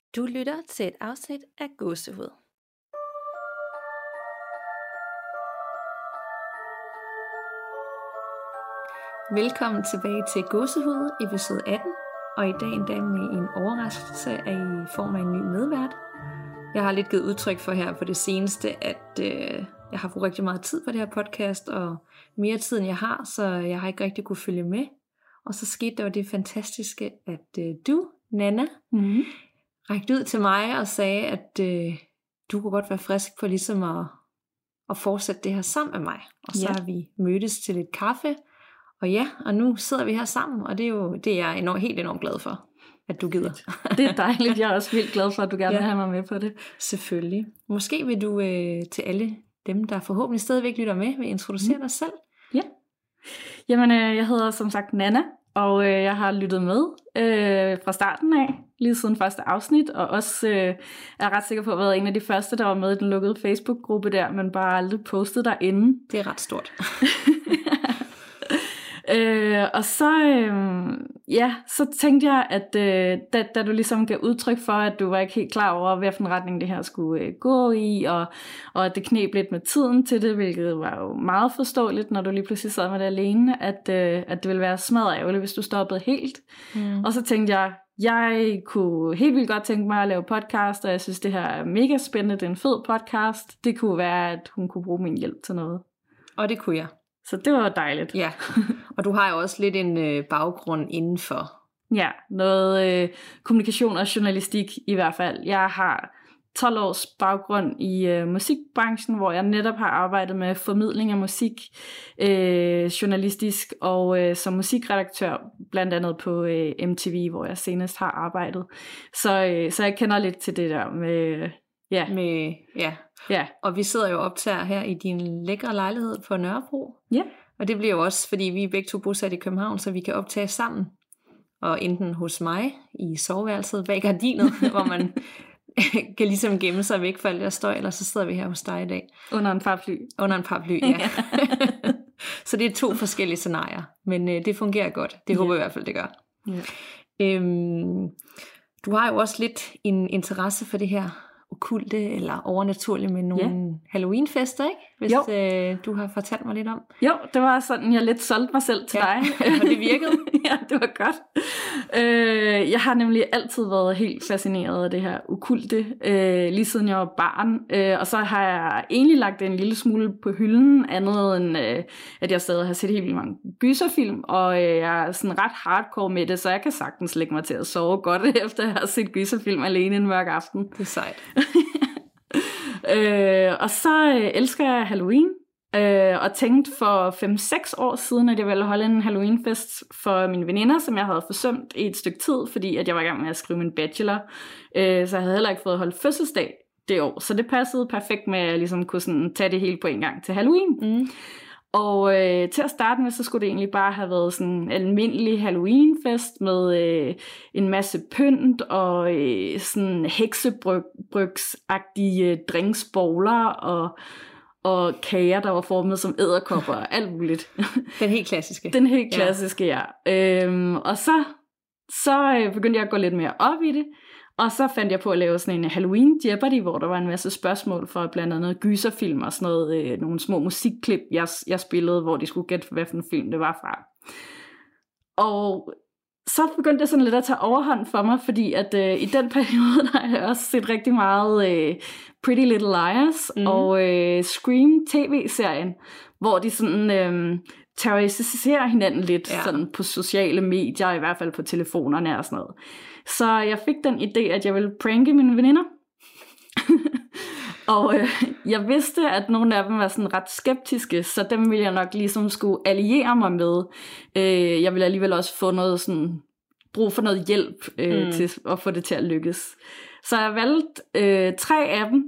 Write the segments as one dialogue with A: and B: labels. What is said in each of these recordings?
A: Du lytter til et afsnit af Gåsehud. Velkommen tilbage til Gåsehud, episode 18, og i dag endda med en overraskelse i form af en ny medvært. Jeg har lidt givet udtryk for her på det seneste, at jeg har brugt rigtig meget tid på det her podcast, og mere tid end jeg har, så jeg har ikke rigtig kunne følge med. Og så skete der jo det fantastiske, at du, Nana, rækte ud til mig og sagde, at du kunne godt være frisk på ligesom at fortsætte det her sammen med mig. Og så har vi mødtes til lidt kaffe, og nu sidder vi her sammen, og det er jeg helt enormt glad for, at du gider.
B: Det er dejligt, jeg er også vildt glad for, at du gerne vil have mig med på det.
A: Selvfølgelig. Måske vil du til alle dem, der forhåbentlig stadigvæk lytter med, vil introducere dig selv.
B: Ja. Jamen, jeg hedder som sagt Nana, og jeg har lyttet med fra starten af, lige siden første afsnit, og også er ret sikker på at være en af de første, der var med i den lukkede Facebook-gruppe der, men bare aldrig postet derinde.
A: Det er ret stort.
B: Og så tænkte jeg, at da du ligesom gav udtryk for, at du var ikke helt klar over, hvilken retning det her skulle gå i, og at det kneb lidt med tiden til det, hvilket var jo meget forståeligt, når du lige pludselig sad med det alene, at det ville være smadret ærgerligt, hvis du stoppede helt. Og så tænkte jeg kunne helt vildt godt tænke mig at lave podcast, og jeg synes, det her er mega spændende, det er en fed podcast. Det kunne være, at hun kunne bruge min hjælp til noget.
A: Og det kunne jeg.
B: Så det var dejligt.
A: Ja, og du har jo også lidt en baggrund indenfor.
B: Ja, noget kommunikation og journalistik i hvert fald. Jeg har 12 års baggrund i musikbranchen, hvor jeg netop har arbejdet med formidling af musik, journalistisk og som musikredaktør, blandt andet på MTV, hvor jeg senest har arbejdet. Så jeg kender lidt til det der med...
A: Ja, og vi sidder jo optager her i din lækre lejlighed på Nørrebro.
B: Ja.
A: Og det bliver jo også, fordi vi er begge to bosat i København, så vi kan optage sammen. Og enten hos mig i soveværelset bag gardinet, hvor man kan ligesom gemme sig væk fra alt det støj, eller så sidder vi her hos dig i dag.
B: Under en paraply.
A: Under en paraply, ja. Så det er 2 forskellige scenarier, men det fungerer godt. Det håber jeg i hvert fald, det gør. Ja. Du har jo også lidt en interesse for det her okkulte eller overnaturlige med nogle Halloweenfester, ikke? Hvis du har fortalt mig lidt om.
B: Jo, det var sådan, jeg lidt solgte mig selv til dig.
A: Og det virkede.
B: Ja, det var godt. Jeg har nemlig altid været helt fascineret af det her okkulte, lige siden jeg var barn. Og så har jeg egentlig lagt en lille smule på hylden, andet end at jeg stadig har set helt vildt mange gyserfilm, og jeg er sådan ret hardcore med det, så jeg kan sagtens lægge mig til at sove godt, efter jeg har set gyserfilm alene en mørk aften.
A: Det er sejt.
B: Og så elsker jeg Halloween, og tænkte for 5-6 år siden, at jeg ville holde en Halloweenfest for mine veninder, som jeg havde forsømt i et stykke tid, fordi at jeg var i gang med at skrive min bachelor, så jeg havde heller ikke fået holdt fødselsdag det år, så det passede perfekt med, at jeg ligesom kunne sådan tage det hele på en gang til Halloween. Og til at starte med, så skulle det egentlig bare have været sådan en almindelig Halloweenfest med en masse pynt og sådan heksebrygsagtige drinksbowler og kager, der var formet som edderkopper og alt muligt.
A: Den helt klassiske.
B: Den helt klassiske, ja. Og så begyndte jeg at gå lidt mere op i det. Og så fandt jeg på at lave sådan en Halloween Jeopardy, hvor der var en masse spørgsmål for blandt andet gyserfilm og sådan noget, nogle små musikklip, jeg spillede, hvor de skulle gætte, hvad for en film det var fra. Og så begyndte det sådan lidt at tage overhånd for mig, fordi at i den periode, der har jeg også set rigtig meget Pretty Little Liars og Scream TV-serien, hvor de sådan terroriserer hinanden lidt sådan på sociale medier, i hvert fald på telefonerne og sådan noget. Så jeg fik den idé, at jeg ville pranke mine veninder. Og jeg vidste, at nogle af dem var sådan ret skeptiske, så dem ville jeg nok ligesom skulle alliere mig med. Jeg ville alligevel også få noget sådan, brug for noget hjælp til at få det til at lykkes. Så jeg valgte 3 af dem,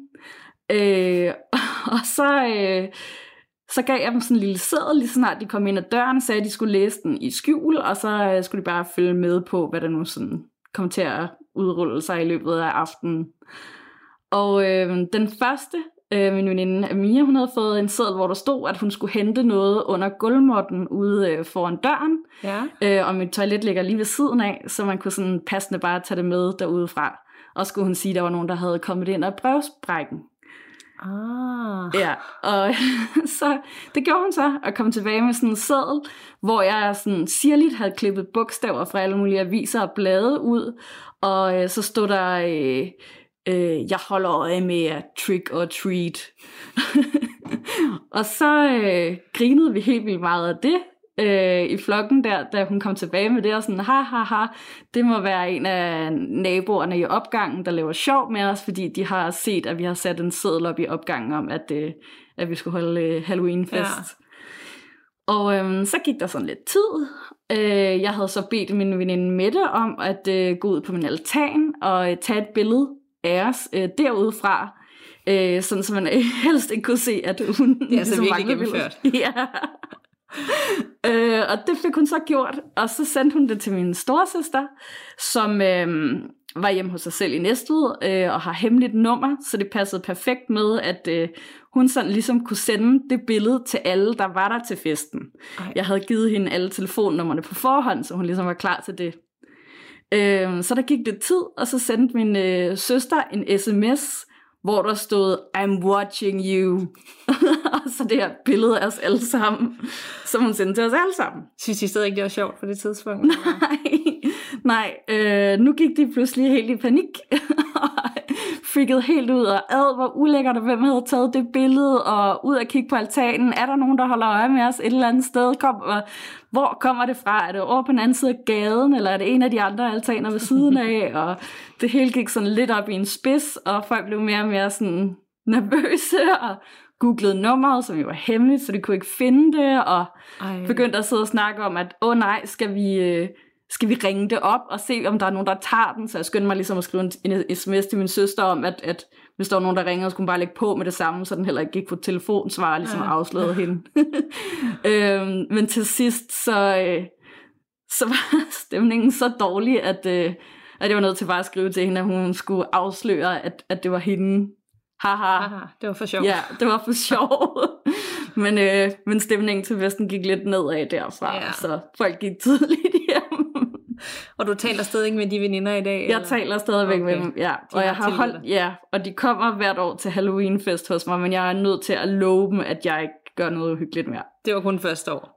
B: og så gav jeg dem sådan en lille seddel, lige snart de kom ind ad døren, sagde, at de skulle læse den i skjul, og så skulle de bare følge med på, hvad der nu sådan kom til at udrulle sig i løbet af aftenen. Og den første, min veninde Amia, hun havde fået en seddel, hvor der stod, at hun skulle hente noget under gulvmåtten ude foran døren. Ja. Og mit toilet ligger lige ved siden af, så man kunne sådan passende bare tage det med derudefra. og skulle hun sige, at der var nogen, der havde kommet ind af brevsprækken. Ja, og så det gjorde hun så, og kom tilbage med sådan en seddel, hvor jeg sådan sirligt havde klippet bogstaver fra alle mulige aviser og blade ud, og så stod der, jeg holder øje med trick or treat. Og så grinede vi helt vildt meget af det i flokken der, da hun kom tilbage med det, og sådan, ha, det må være en af naboerne i opgangen, der laver sjov med os, fordi de har set, at vi har sat en seddel op i opgangen om, at vi skulle holde Halloween-fest. Ja. Og så gik der sådan lidt tid. Jeg havde så bedt min veninde Mette om at gå ud på min altan og tage et billede af os derudefra, sådan så man helst ikke kunne se, at hun
A: det er altså virkelig gennemført.
B: Ja. Og det fik hun så gjort, og så sendte hun det til min storesøster, som var hjemme hos sig selv i Næstved og har hemmeligt nummer, så det passede perfekt med, at hun sådan ligesom kunne sende det billede til alle, der var der til festen. Ej. Jeg havde givet hende alle telefonnummerne på forhånd, så hun ligesom var klar til det. Så der gik lidt tid, og så sendte min søster en sms, hvor der stod, I'm watching you. Og så det her billede af os alle sammen, som hun sendte til os alle sammen.
A: Synes I stadig ikke, det var sjovt på det tidspunkt?
B: Nej. Nu gik de pludselig helt i panik. Freaket helt ud, og hvor ulækkert, og hvem havde taget det billede, og ud at kigge på altanen. Er der nogen, der holder øje med os et eller andet sted? Hvor kommer det fra? Er det over på den anden side af gaden, eller er det en af de andre altaner ved siden af? Og det hele gik sådan lidt op i en spids, og folk blev mere og mere sådan nervøse, og googlede nummeret, som jo var hemmeligt, så de kunne ikke finde det, og begyndte at sidde og snakke om, at nej, skal vi ringe det op og se, om der er nogen, der tager den? Så jeg skyndte mig ligesom at skrive en sms til min søster om, at hvis der var nogen, der ringede, skulle hun bare lægge på med det samme, så den heller ikke gik på telefonsvar, ligesom afslørede hende. Men til sidst, så var stemningen så dårlig, at jeg var nødt til bare at skrive til hende, at hun skulle afsløre, at det var hende. Haha.
A: Det var for sjov.
B: Ja, det var for sjov. Men stemningen til festen gik lidt nedad derfra, så folk gik tidligt hjem.
A: Og du taler stadig med de veninder i dag?
B: Jeg taler stadigvæk med dem, ja. Og jeg har holdt, og de kommer hvert år til Halloween-fest hos mig, men jeg er nødt til at love dem, at jeg ikke gør noget uhyggeligt mere.
A: Det var kun første år.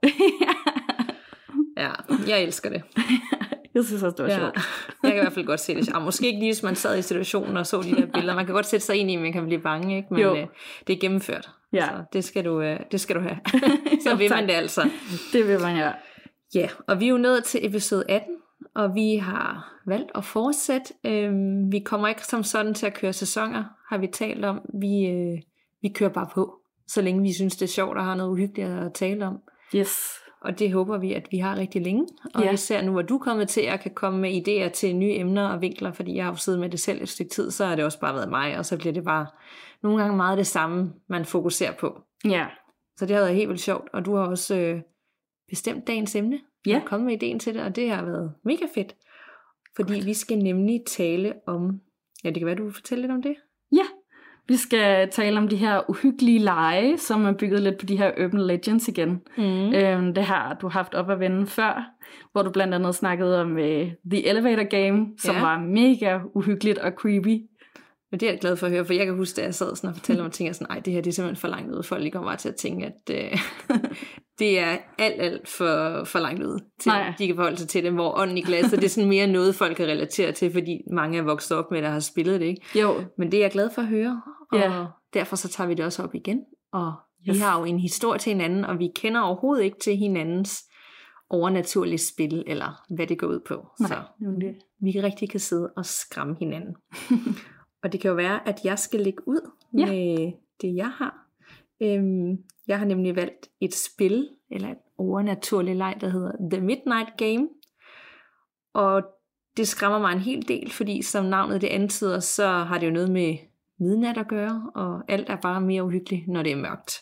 A: Ja, jeg elsker det.
B: Jeg synes også, det var sjovt.
A: Jeg kan i hvert fald godt se det. Måske ikke lige, hvis man sad i situationen og så de der billeder. Man kan godt sætte sig ind i, man kan blive bange, ikke? Men det er gennemført.
B: Ja.
A: Så det skal du have. Så vil man det altså.
B: Det vil man, ja.
A: Ja, og vi er jo nået til episode 18, og vi har valgt at fortsætte. Vi kommer ikke som sådan til at køre sæsoner, har vi talt om. Vi kører bare på, så længe vi synes, det er sjovt og har noget uhyggeligt at tale om.
B: Yes.
A: Og det håber vi, at vi har rigtig længe. Og især nu, hvor du er kommet til, at kan komme med idéer til nye emner og vinkler, fordi jeg har jo siddet med det selv et stykke tid, så har det også bare været mig, og så bliver det bare nogle gange meget det samme, man fokuserer på.
B: Ja.
A: Så det har været helt vildt sjovt, og du har også bestemt dagens emne.
B: Ja.
A: Og kommet med idéen til det, og det har været mega fedt. Fordi vi skal nemlig tale om, det kan være, du vil fortælle lidt om det?
B: Ja. Vi skal tale om de her uhyggelige lege, som er bygget lidt på de her urban legends igen. Det har du haft op at vende før, hvor du blandt andet snakkede om The Elevator Game, som var mega uhyggeligt og creepy.
A: Men det er jeg glad for at høre, for jeg kan huske, at jeg sad sådan og fortalte om ting, og sådan, det her det er simpelthen for langt ud. Folk kommer bare til at tænke, at det er alt for langt ud, til de kan forholde sig til det, hvor ånden i glasset, det er sådan mere noget, folk kan relatere til, fordi mange er vokset op med, der har spillet det, ikke?
B: Jo.
A: Men det er jeg glad for at høre, og derfor så tager vi det også op igen, og vi har jo en historie til hinanden, og vi kender overhovedet ikke til hinandens overnaturlige spil, eller hvad det går ud på. Så vi rigtig kan sidde og skræmme hinanden. Og det kan jo være, at jeg skal lægge ud med det, jeg har. Jeg har nemlig valgt et spil, eller et overnaturligt leg, der hedder The Midnight Game. Og det skræmmer mig en hel del, fordi som navnet det antyder, så har det jo noget med midnat at gøre, og alt er bare mere uhyggeligt, når det er mørkt.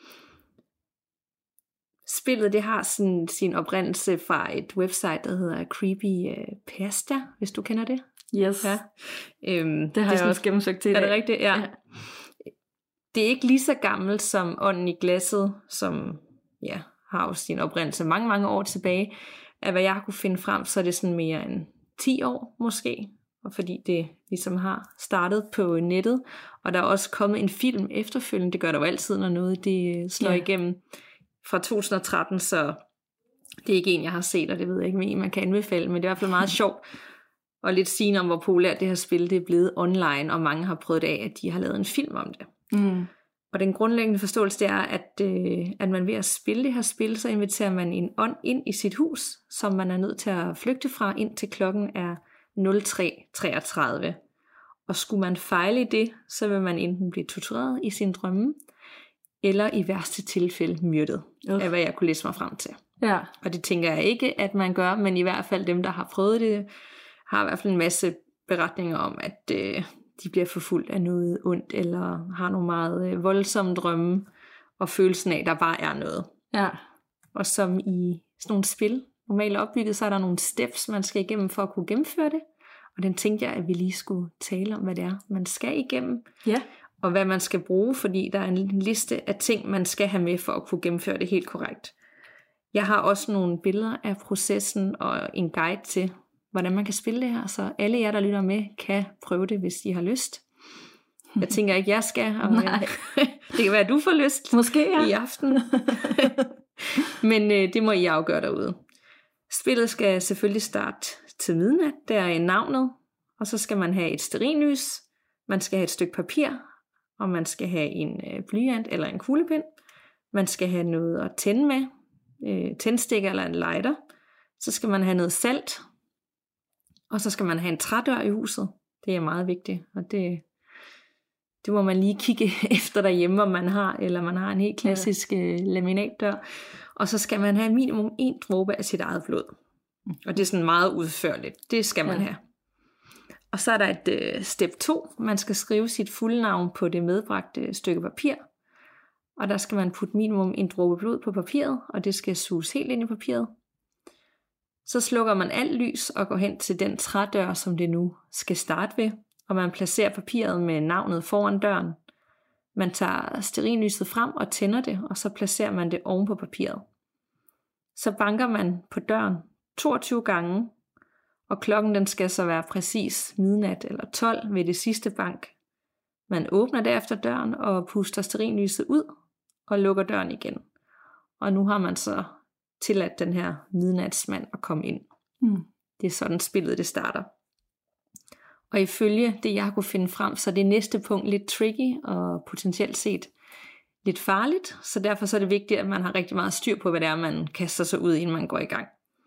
A: Spillet det har sin oprindelse fra et website, der hedder Creepypasta, hvis du kender det.
B: Yes,
A: ja.
B: Det har jeg også gennemsøgt til i dag.
A: Er det rigtigt? Ja. Det er ikke lige så gammelt som Ånden i glasset, som har jo sin oprindelse mange år tilbage. Af hvad jeg har kunne finde frem, så er det sådan mere end 10 år måske. og fordi det ligesom har startet på nettet, og der er også kommet en film efterfølgende, det gør der jo altid, når noget det slår igennem, fra 2013, så det er ikke en, jeg har set, og det ved jeg ikke, om man kan anbefale, men det er i hvert fald meget sjovt, og lidt sigende om, hvor populært det her spil det er blevet online, og mange har prøvet af, at de har lavet en film om det. Og den grundlæggende forståelse det er, at man ved at spille det her spil, så inviterer man en ånd ind i sit hus, som man er nødt til at flygte fra, indtil klokken er 03:33. Og skulle man fejle i det, så vil man enten blive tortureret i sin drømme, eller i værste tilfælde myrdet, af hvad jeg kunne læse mig frem til.
B: Ja. Og
A: det tænker jeg ikke, at man gør, men i hvert fald dem, der har prøvet det, har i hvert fald en masse beretninger om, at de bliver forfulgt af noget ondt, eller har nogle meget voldsomme drømme, og følelsen af, at der bare er noget.
B: Ja.
A: Og som i sådan nogle spil, normalt opbygget, så er der nogle steps, man skal igennem for at kunne gennemføre det. Og den tænkte jeg, at vi lige skulle tale om, hvad det er, man skal igennem.
B: Ja.
A: Og hvad man skal bruge, fordi der er en liste af ting, man skal have med for at kunne gennemføre det helt korrekt. Jeg har også nogle billeder af processen og en guide til, hvordan man kan spille det her, så alle jer, der lytter med, kan prøve det, hvis I har lyst. Jeg tænker ikke, jeg skal. Og det kan være, at du får lyst.
B: Måske, ja.
A: I aften. Men det må I afgøre derude. Spillet skal selvfølgelig starte til midnat. Der er navnet. Og så skal man have et stearinlys. Man skal have et stykke papir. Og man skal have en blyant eller en kuglepen. Man skal have noget at tænde med. Tændstikker eller en lighter. Så skal man have noget salt. Og så skal man have en trædør i huset. Det er meget vigtigt. Og det må man lige kigge efter derhjemme, om man har. Eller man har en helt klassisk laminatdør. Og så skal man have minimum 1 dråbe af sit eget blod. Og det er sådan meget udførligt. Det skal man have. Og så er der et step 2. Man skal skrive sit fulde navn på det medbragte stykke papir. Og der skal man putte minimum 1 dråbe blod på papiret. Og det skal suges helt ind i papiret. Så slukker man alt lys og går hen til den trædør, som det nu skal starte ved. Og man placerer papiret med navnet foran døren. Man tager stearinlyset frem og tænder det, og så placerer man det oven på papiret. Så banker man på døren 22 gange, og klokken den skal så være præcis midnat eller 12 ved det sidste bank. Man åbner derefter døren og puster stearinlyset ud og lukker døren igen. Og nu har man så tilladt den her midnatsmand at komme ind. Det er sådan spillet det starter. Og ifølge det jeg har kunne finde frem, så er det næste punkt lidt tricky og potentielt set lidt farligt. Så derfor så er det vigtigt, at man har rigtig meget styr på, hvad det er, man kaster sig ud, inden man går i gang.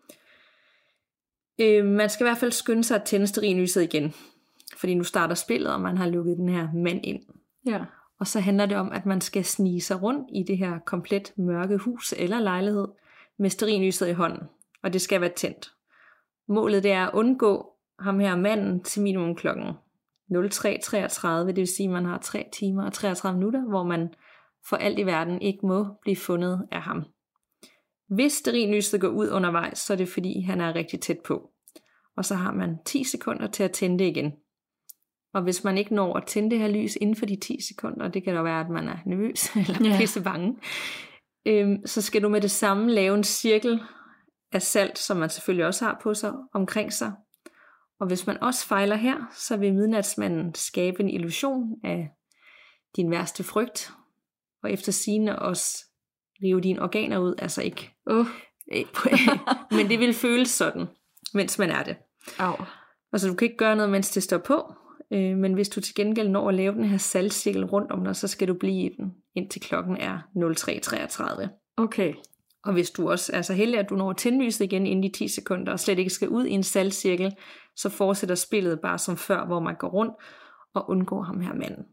A: Man skal i hvert fald skynde sig at tænde stearinlyset igen. Fordi nu starter spillet, og man har lukket den her mand ind.
B: Ja.
A: Og så handler det om, at man skal snige sig rundt i det her komplet mørke hus eller lejlighed med stearinlyset i hånden. Og det skal være tændt. Målet det er at undgå ham her manden til minimum klokken 03:33, det vil sige, at man har 3 timer og 33 minutter, hvor man for alt i verden ikke må blive fundet af ham. Hvis stearinlyset går ud undervejs, så er det fordi, han er rigtig tæt på. Og så har man 10 sekunder til at tænde det igen. Og hvis man ikke når at tænde det her lys inden for de 10 sekunder, det kan da være, at man er nervøs eller pisse bange, så skal du med det samme lave en cirkel af salt, som man selvfølgelig også har på sig, omkring sig. Og hvis man også fejler her, så vil midnatsmanden skabe en illusion af din værste frygt, og efter sigende også rive dine organer ud, altså ikke. Men det vil føles sådan, mens man er det. Altså du kan ikke gøre noget, mens det står på, men hvis du til gengæld når at lave den her saltcirkel rundt om dig, så skal du blive i den, indtil klokken er 03:33.
B: Okay.
A: Og hvis du også er så heldig, at du når at tænde lyset igen inden de 10 sekunder, og slet ikke skal ud i en saltcirkel, så fortsætter spillet bare som før, hvor man går rundt og undgår ham her manden.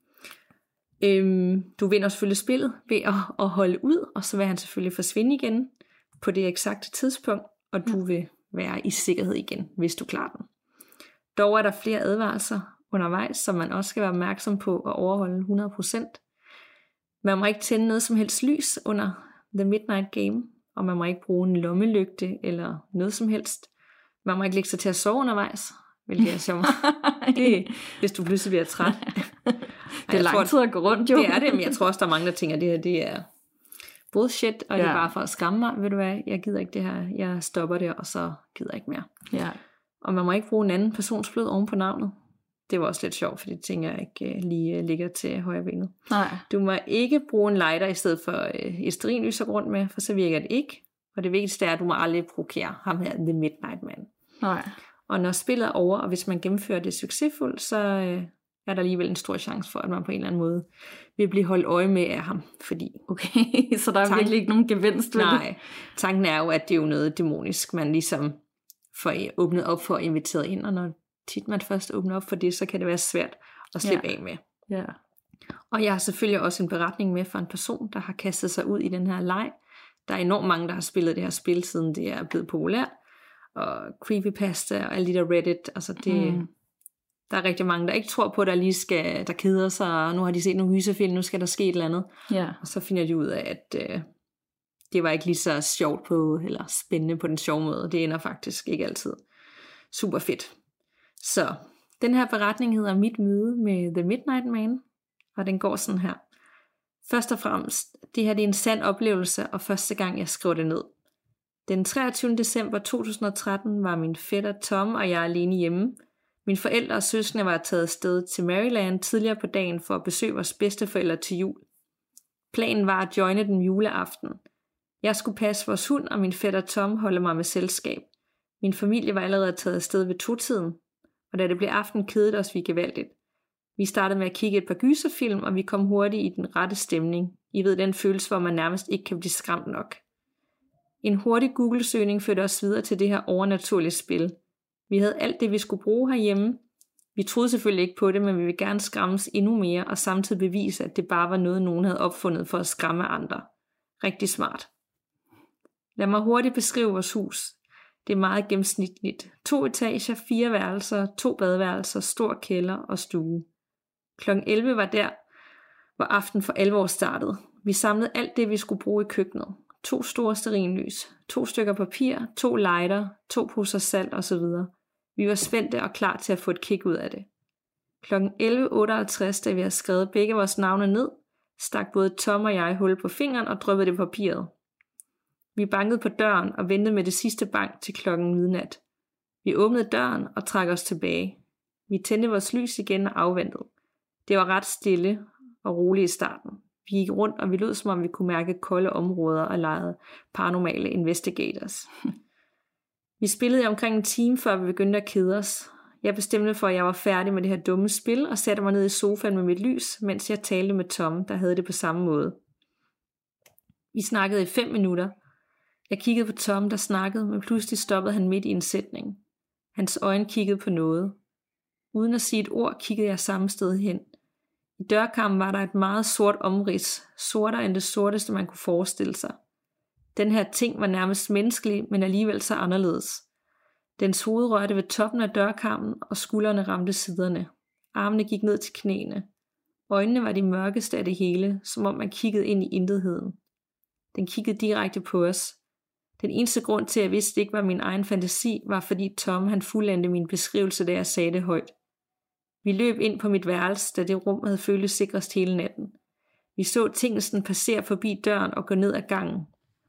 A: Du vinder selvfølgelig spillet ved at holde ud, og så vil han selvfølgelig forsvinde igen på det eksakte tidspunkt, og du vil være i sikkerhed igen, hvis du klarer den. Dog er der flere advarelser undervejs, som man også skal være opmærksom på at overholde 100%. Man må ikke tænde noget som helst lys under The Midnight Game, og man må ikke bruge en lommelygte eller noget som helst. Man må ikke lægge sig til at sove undervejs, hvilket er sjovt. Hvis du pludselig bliver træt.
B: Det er lang tid at gå rundt, jo.
A: Det er det, men jeg tror også, der er mange, der tænker, at det her det er bullshit, og det er bare for at skræmme mig. Ved du hvad, jeg gider ikke det her. Jeg stopper det, og så gider jeg ikke mere.
B: Ja.
A: Og man må ikke bruge en anden persons blod oven på navnet. Det var også lidt sjovt, for det tænker jeg ikke lige ligger til højre benet.
B: Nej.
A: Du må ikke bruge en lighter i stedet for et stearinlys at gå rundt med, for så virker det ikke. Og det vigtigste er, at du må aldrig provokere ham her, The Midnight Man.
B: Nej.
A: Og når spillet er over, og hvis man gennemfører det succesfuldt, så er der alligevel en stor chance for, at man på en eller anden måde vil blive holdt øje med af ham. Fordi
B: okay, så der er virkelig ikke nogen gevinst ved det?
A: Nej, tanken er jo, at det er jo noget dæmonisk, man ligesom får åbnet op for og inviteret ind, og når tit man først åbner op for det, så kan det være svært at slippe af med.
B: Ja.
A: Og jeg har selvfølgelig også en beretning med fra en person, der har kastet sig ud i den her leg. Der er enormt mange, der har spillet det her spil, siden det er blevet populært. Og creepypasta og alle de der Reddit, altså det... Der er rigtig mange, der ikke tror på, der keder sig, og nu har de set nogle gyserfilm, nu skal der ske et eller andet.
B: Ja.
A: Og så finder de ud af, at det var ikke lige så sjovt på, eller spændende på den sjove måde. Det ender faktisk ikke altid super fedt. Så den her beretning hedder Mit møde med The Midnight Man, og den går sådan her. Først og fremmest, det her det er en sand oplevelse, og første gang jeg skriver det ned. Den 23. december 2013 var min fætter Tom og jeg alene hjemme. Mine forældre og søskende var taget afsted til Maryland tidligere på dagen for at besøge vores bedsteforældre til jul. Planen var at joine den juleaften. Jeg skulle passe vores hund, og min fætter Tom holde mig med selskab. Min familie var allerede taget afsted ved 2-tiden, og da det blev aften, kedede os vi gevaldigt. Vi startede med at kigge et par gyserfilm, og vi kom hurtigt i den rette stemning. I ved den følelse, hvor man nærmest ikke kan blive skræmt nok. En hurtig Google-søgning førte os videre til det her overnaturlige spil. Vi havde alt det, vi skulle bruge herhjemme. Vi troede selvfølgelig ikke på det, men vi ville gerne skræmmes endnu mere, og samtidig bevise, at det bare var noget, nogen havde opfundet for at skræmme andre. Rigtig smart. Lad mig hurtigt beskrive vores hus. Det er meget gennemsnitligt. 2 etager, 4 værelser, 2 badeværelser, stor kælder og stue. Klokken 11 var der, hvor aften for alvor startede. Vi samlede alt det, vi skulle bruge i køkkenet. 2 store stearinlys, 2 stykker papir, 2 lighter, 2 poser salt osv. Vi var spændte og klar til at få et kick ud af det. Klokken 11.58, da vi havde skrevet begge vores navne ned, stak både Tom og jeg hul på fingeren og dryppede det på papiret. Vi bankede på døren og ventede med det sidste bank til klokken midnat. Vi åbnede døren og trak os tilbage. Vi tændte vores lys igen og afventede. Det var ret stille og roligt i starten. Vi gik rundt, og vi lød som om vi kunne mærke kolde områder og legede paranormale investigators. Vi spillede i omkring en time, før vi begyndte at kede os. Jeg bestemte for, at jeg var færdig med det her dumme spil, og satte mig ned i sofaen med mit lys, mens jeg talte med Tom, der havde det på samme måde. Vi snakkede i 5 minutter. Jeg kiggede på Tom, der snakkede, men pludselig stoppede han midt i en sætning. Hans øjne kiggede på noget. Uden at sige et ord, kiggede jeg samme sted hen. I dørkarmen var der et meget sort omrids, sortere end det sorteste, man kunne forestille sig. Den her ting var nærmest menneskelig, men alligevel så anderledes. Dens hoved rørte ved toppen af dørkarmen, og skuldrene ramte siderne. Armene gik ned til knæene. Øjnene var de mørkeste af det hele, som om man kiggede ind i intetheden. Den kiggede direkte på os. Den eneste grund til, at jeg vidste, det ikke var min egen fantasi, var fordi Tom han fuldendte min beskrivelse, da jeg sagde det højt. Vi løb ind på mit værelse, da det rum havde føltes sikrest hele natten. Vi så tingsen passere forbi døren og gå ned ad gangen.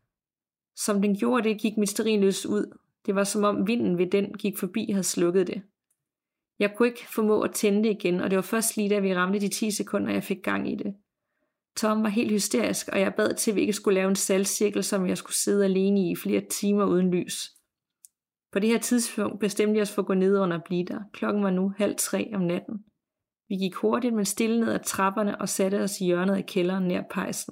A: Som den gjorde det, gik mit stearinlys ud. Det var som om vinden ved den gik forbi og havde slukket det. Jeg kunne ikke formå at tænde det igen, og det var først lige da vi ramte de 10 sekunder, jeg fik gang i det. Tom var helt hysterisk, og jeg bad til, at vi ikke skulle lave en salgscirkel, som jeg skulle sidde alene i flere timer uden lys. På det her tidspunkt bestemte jeg os for at gå ned under og blive der. Klokken var nu 2:30 om natten. Vi gik hurtigt, men stille ned ad trapperne og satte os i hjørnet af kælderen nær pejsen.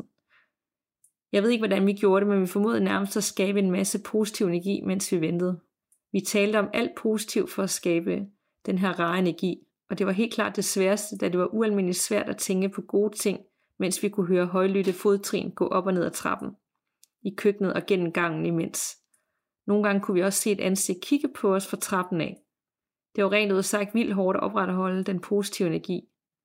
A: Jeg ved ikke, hvordan vi gjorde det, men vi formodede nærmest at skabe en masse positiv energi, mens vi ventede. Vi talte om alt positivt for at skabe den her rare energi, og det var helt klart det sværeste, da det var ualmindeligt svært at tænke på gode ting, mens vi kunne høre højlytte fodtrin gå op og ned ad trappen, i køkkenet og gennem gangen imens. Nogle gange kunne vi også se et ansigt kigge på os fra trappen af. Det var rent ud sagt vildt hårdt at opretholde den positive energi.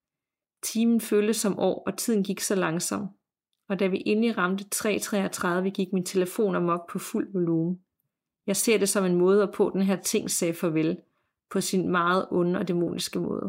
A: Timen føltes som år, og tiden gik så langsomt. Og da vi endelig ramte 3:33, gik min telefon amok på fuld volumen. Jeg ser det som en måde, på den her ting sagde farvel, på sin meget onde og dæmoniske måde.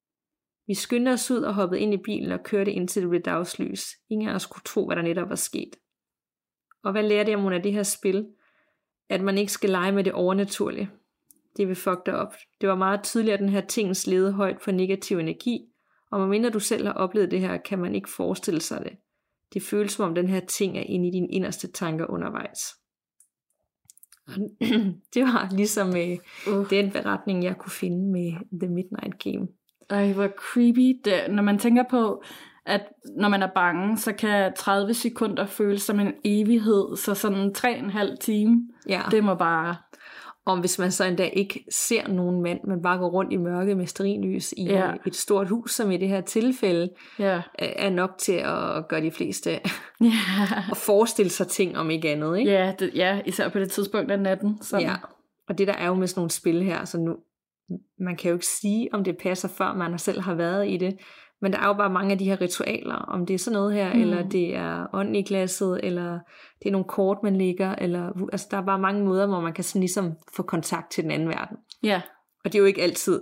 A: Vi skyndte os ud og hoppede ind i bilen og kørte ind til det blev dagslys. Ingen af os kunne tro, hvad der netop var sket. Og hvad lærte jeg af det her spil? At man ikke skal lege med det overnaturlige. Det vil fuck dig op. Det var meget tydeligt, at den her ting levede højt for negativ energi, og medmindre du selv har oplevet det her, kan man ikke forestille sig det. Det føles som om den her ting er inde i dine inderste tanker undervejs. Det var ligesom den beretning, jeg kunne finde med The Midnight Game.
B: Ej, hvor creepy. Når man tænker på, at når man er bange, så kan 30 sekunder føles som en evighed, så sådan 3,5 time, det må bare...
A: Og hvis man så endda ikke ser nogen mand, men bare går rundt i mørke med stearinlys i et stort hus, som i det her tilfælde, er nok til at gøre de fleste at forestille sig ting om ikke andet. Ikke?
B: Ja, især på det tidspunkt af natten. Sådan.
A: Ja, og det der er jo med sådan nogle spil her, så nu, man kan jo ikke sige, om det passer, før man selv har været i det, men der er jo bare mange af de her ritualer, om det er sådan noget her, eller det er ånden i glasset, eller det er nogle kort, man lægger, eller altså der er bare mange måder, hvor man kan sådan ligesom få kontakt til den anden verden.
B: Ja.
A: Og det er jo ikke altid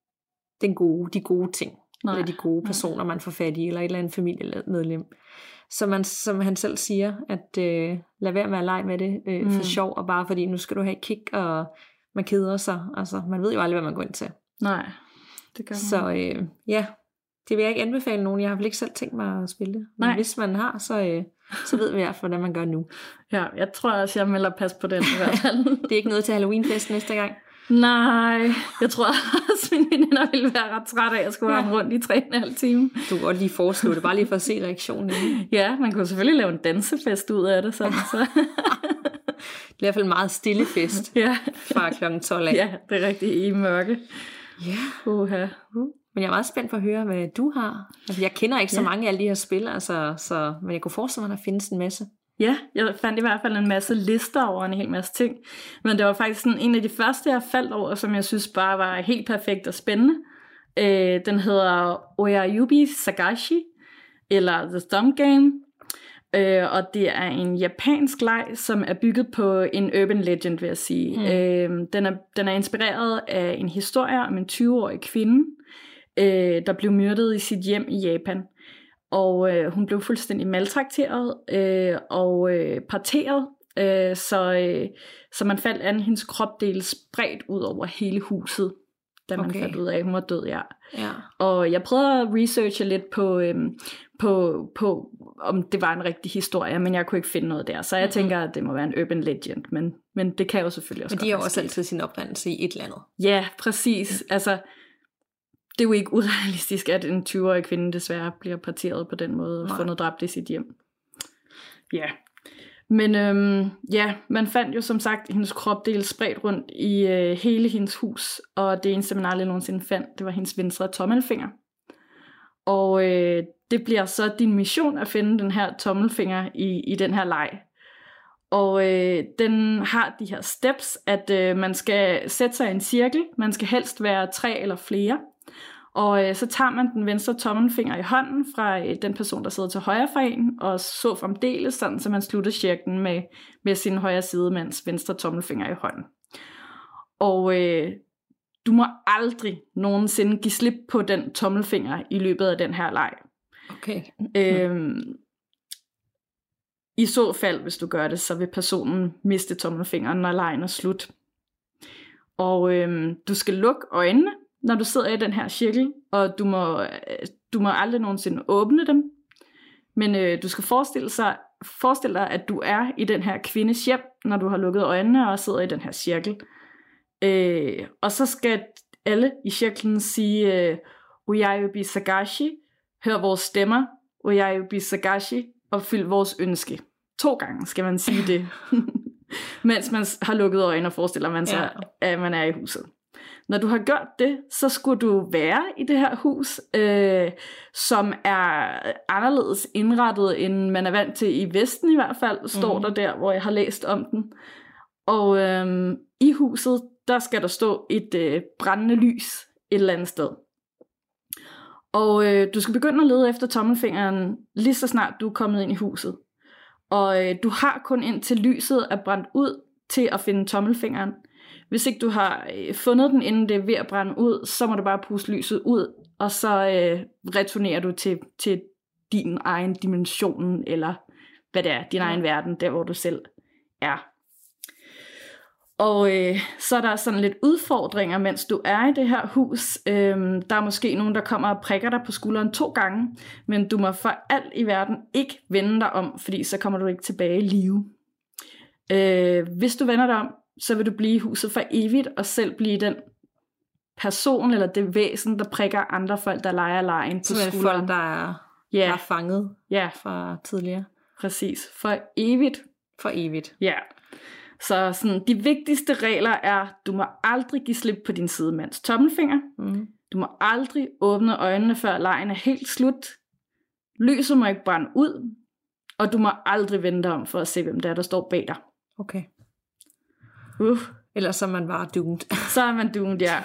A: de gode ting, eller de gode personer, man får fat i, eller et eller andet familiemedlem. Så som han selv siger, at lad være med at lege med det for sjov, og bare fordi nu skal du have et kick, og man keder sig. Altså, man ved jo aldrig, hvad man går ind til.
B: Nej, det gør man.
A: Så det vil jeg ikke anbefale nogen. Jeg har vel ikke selv tænkt mig at spille det. Men hvis man har, så ved vi i hvert fald, hvordan man gør nu.
B: Ja, jeg tror også, jeg melder pas på den i hvert fald.
A: Det er ikke noget til Halloweenfest næste gang?
B: Nej, jeg tror også, mine veninder ville være ret træt af, at jeg skulle rende rundt i 3,5 timer.
A: Du kan godt lige foreslå det, bare lige for at se reaktionen.
B: Ja, man kunne selvfølgelig lave en dansefest ud af det. Sådan, så.
A: Det er i hvert fald en meget stille fest fra kl. 12 af.
B: Ja, det er rigtig i mørke.
A: Ja. Men jeg er meget spændt på at høre, hvad du har. Altså, jeg kender ikke så mange af alle de her spil, altså, men jeg kunne forestille mig, at der findes en masse.
B: Ja, jeg fandt i hvert fald en masse lister over en hel masse ting. Men det var faktisk sådan en af de første, jeg faldt over, som jeg synes bare var helt perfekt og spændende. Den hedder Oyayubi Sagashi, eller The Thumb Game. Og det er en japansk leg, som er bygget på en urban legend, vil jeg sige. Den er inspireret af en historie om en 20-årig kvinde, der blev myrdet i sit hjem i Japan. Og hun blev fuldstændig maltrakteret og parteret, så man fandt an hendes kropdel spredt ud over hele huset, da man fandt ud af, at hun var død. Ja. Og jeg prøvede at researche lidt på om det var en rigtig historie, men jeg kunne ikke finde noget der. Så jeg tænker, at det må være en urban legend, men det kan jo selvfølgelig også.
A: Men de har også altid sin oprindelse i et eller andet.
B: Ja, præcis. Altså, det er jo ikke urealistisk, at en 20-årig kvinde desværre bliver parteret på den måde og fundet dræbt i sit hjem. Ja. Men man fandt jo som sagt hendes kropdel spredt rundt i hele hendes hus, og det eneste, man aldrig nogensinde fandt, det var hendes venstre tommelfinger. Og det bliver så din mission at finde den her tommelfinger i den her leg. Og den har de her steps, at man skal sætte sig i en cirkel, man skal helst være 3 eller flere. Og så tager man den venstre tommelfinger i hånden fra den person, der sidder til højre for en, og så fremdeles sådan, så man slutter cirklen med sin højre sidemands venstre tommelfinger i hånden. Og du må aldrig nogensinde give slip på den tommelfinger i løbet af den her leg.
A: Okay.
B: I så fald, hvis du gør det, så vil personen miste tommelfingeren, når legen er slut. Og du skal lukke øjnene, når du sidder i den her cirkel, og du må aldrig nogensinde åbne dem. Men du skal forestille dig, at du er i den her kvindes hjem, når du har lukket øjnene og sidder i den her cirkel. Og så skal alle i cirklen sige Oyayubi Sagashi, hør vores stemmer, Oyayubi Sagashi, opfyld vores ønske. 2 gange skal man sige det, mens man har lukket øjnene og forestiller man sig, at man er i huset. Når du har gjort det, så skulle du være i det her hus, som er anderledes indrettet, end man er vant til i Vesten i hvert fald, står der, hvor jeg har læst om den. Og i huset, der skal der stå et brændende lys et eller andet sted. Og du skal begynde at lede efter tommelfingeren, lige så snart du er kommet ind i huset. Og du har kun indtil lyset er brændt ud til at finde tommelfingeren. Hvis ikke du har fundet den, inden det er ved at brænde ud, så må du bare puste lyset ud, og så returnerer du til din egen dimension, eller hvad det er, din egen verden, der hvor du selv er. Og så er der sådan lidt udfordringer, mens du er i det her hus. Der er måske nogen, der kommer og prikker dig på skulderen 2 gange, men du må for alt i verden ikke vende dig om, fordi så kommer du ikke tilbage i live. Hvis du vender dig om, så vil du blive i huset for evigt, og selv blive den person eller det væsen, der prikker andre folk, der leger lejen på skulderen.
A: Som folk, der er fanget fra tidligere.
B: Præcis. For evigt.
A: For evigt.
B: Ja. Så sådan, de vigtigste regler er, du må aldrig give slip på din sidemands tommelfinger. Du må aldrig åbne øjnene, før legen er helt slut. Lyset må ikke brænde ud. Og du må aldrig vende dig om for at se, hvem der står bag dig.
A: Okay. Ellers så er man bare doomed.
B: Så er man doomed, ja.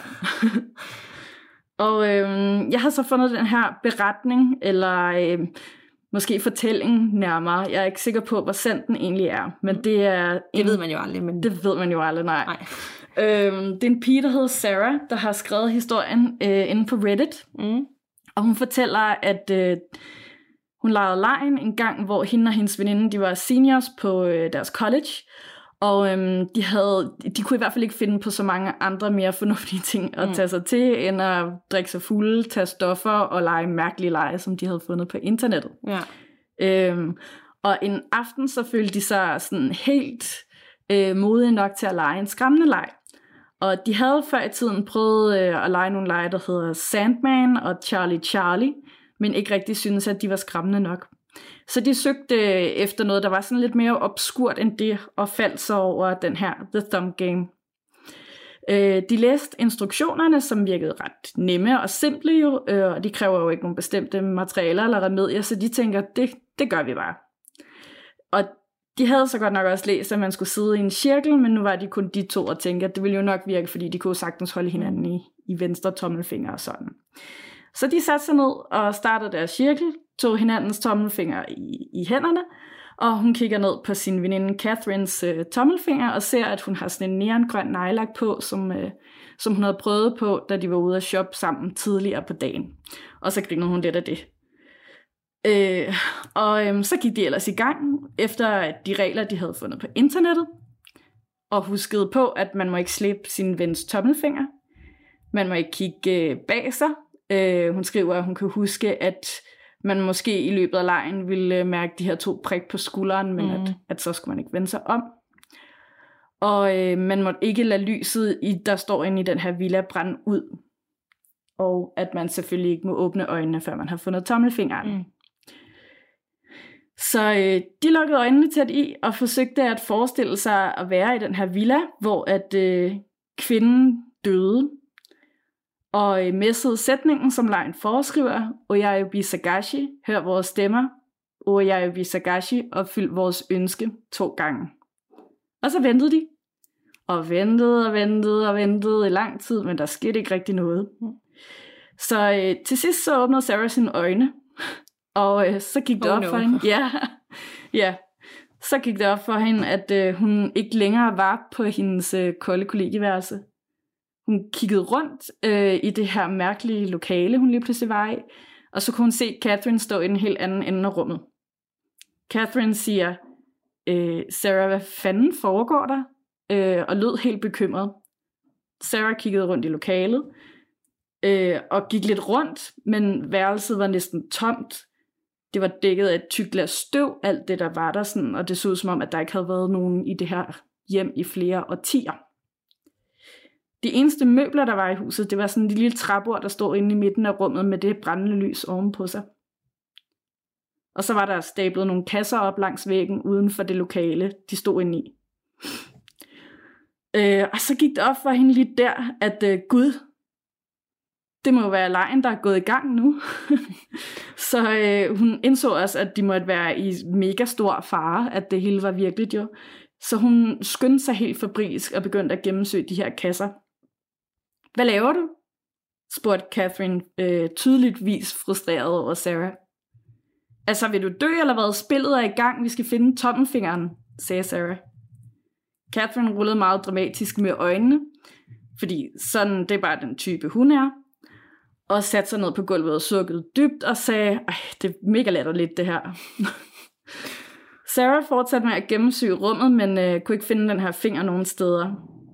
B: Og jeg har så fundet den her beretning, eller måske fortælling nærmere. Jeg er ikke sikker på, hvor sand den egentlig er. Men det er...
A: Det ved man jo aldrig. Men...
B: Det ved man jo aldrig, nej. Det er en pige, der hedder Sarah, der har skrevet historien inde på Reddit. Og hun fortæller, at hun legede legen en gang, hvor hende og hendes veninde, de var seniors på deres college. Og de kunne i hvert fald ikke finde på så mange andre mere fornuftige ting at tage sig til, end at drikke sig fulde, tage stoffer og lege mærkelige lege, som de havde fundet på internettet. Ja. Og en aften så følte de sig sådan helt modige nok til at lege en skræmmende leg. Og de havde før i tiden prøvet at lege nogle lege, der hedder Sandman og Charlie, men ikke rigtig syntes, at de var skræmmende nok. Så de søgte efter noget, der var sådan lidt mere obskurt end det, og faldt så over den her The Thumb Game. De læste instruktionerne, som virkede ret nemme og simple jo, og de kræver jo ikke nogen bestemte materialer eller remedier, så de tænker, det gør vi bare. Og de havde så godt nok også læst, at man skulle sidde i en cirkel, men nu var de kun de 2 og tænkte, at det ville jo nok virke, fordi de kunne sagtens holde hinanden i venstre tommelfinger og sådan. Så de satte sig ned og startede deres cirkel, tog hinandens tommelfinger i hænderne, og hun kigger ned på sin veninde Catherines tommelfinger og ser, at hun har sådan en neongrøn nejlak på, som hun havde prøvet på, da de var ude at shoppe sammen tidligere på dagen. Og så grinede hun lidt af det. Så gik de ellers i gang, efter de regler, de havde fundet på internettet, og huskede på, at man må ikke slippe sin vens tommelfinger. Man må ikke kigge bag sig. Hun skriver, at hun kan huske, at man måske i løbet af legen ville mærke de her 2 prik på skulderen, men at så skulle man ikke vende sig om. Og man måtte ikke lade lyset, der står inde i den her villa, brænde ud. Og at man selvfølgelig ikke må åbne øjnene, før man har fundet tommelfingeren. Så de lukkede øjnene tæt i og forsøgte at forestille sig at være i den her villa, hvor at kvinden døde. Og messede sætningen, som legen foreskriver, Oyayubi Sagashi, hør vores stemmer, Oyayubi Sagashi, opfyld vores ønske 2 gange. Og så ventede de, og ventede i lang tid, men der skete ikke rigtig noget. Så til sidst så åbnede Sarah sine øjne, og så gik det op for hende. Ja. Så gik det op for hende, at hun ikke længere var på hendes kolde kollegieværelse. Hun kiggede rundt i det her mærkelige lokale, hun lige pludselig var i, og så kunne hun se Catherine stå i en helt anden ende af rummet. Catherine siger, Sarah, hvad fanden foregår der? Og lød helt bekymret. Sarah kiggede rundt i lokalet, og gik lidt rundt, men værelset var næsten tomt. Det var dækket af et tykt lag støv, alt det der var der, sådan, og det så ud som om, at der ikke havde været nogen i det her hjem i flere årtier. De eneste møbler, der var i huset, det var sådan en lille træbord, der stod inde i midten af rummet med det brændende lys ovenpå sig. Og så var der stablet nogle kasser op langs væggen uden for det lokale, de stod inde i. Og så gik det op for hende lige der, at Gud, det må jo være legen, der er gået i gang nu. Så hun indså også, at de måtte være i mega stor fare, at det hele var virkeligt jo. Så hun skyndte sig helt febrilsk og begyndte at gennemsøge de her kasser. Hvad laver du? Spurgte Catherine tydeligvis frustreret over Sarah. Altså, vil du dø, eller hvad? Spillet er i gang, vi skal finde tommelfingeren, sagde Sarah. Catherine rullede meget dramatisk med øjnene, fordi sådan, det er bare den type, hun er, og satte sig ned på gulvet og sukkede dybt og sagde, det er mega latterligt det her. Sarah fortsatte med at gennemsøge rummet, men kunne ikke finde den her finger nogen steder.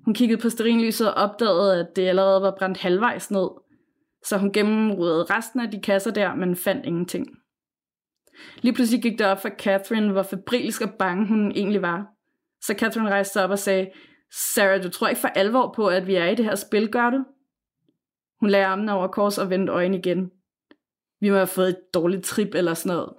B: Hun kiggede på stearinlyset og opdagede, at det allerede var brændt halvvejs ned. Så hun gennemrodede resten af de kasser der, men fandt ingenting. Lige pludselig gik det op for Catherine, hvor febrilsk og bange hun egentlig var. Så Catherine rejste sig op og sagde, Sarah, du tror ikke for alvor på, at vi er i det her spil, gør du? Hun lagde armene over kors og vendte øjnene igen. Vi må have fået et dårligt trip eller sådan noget.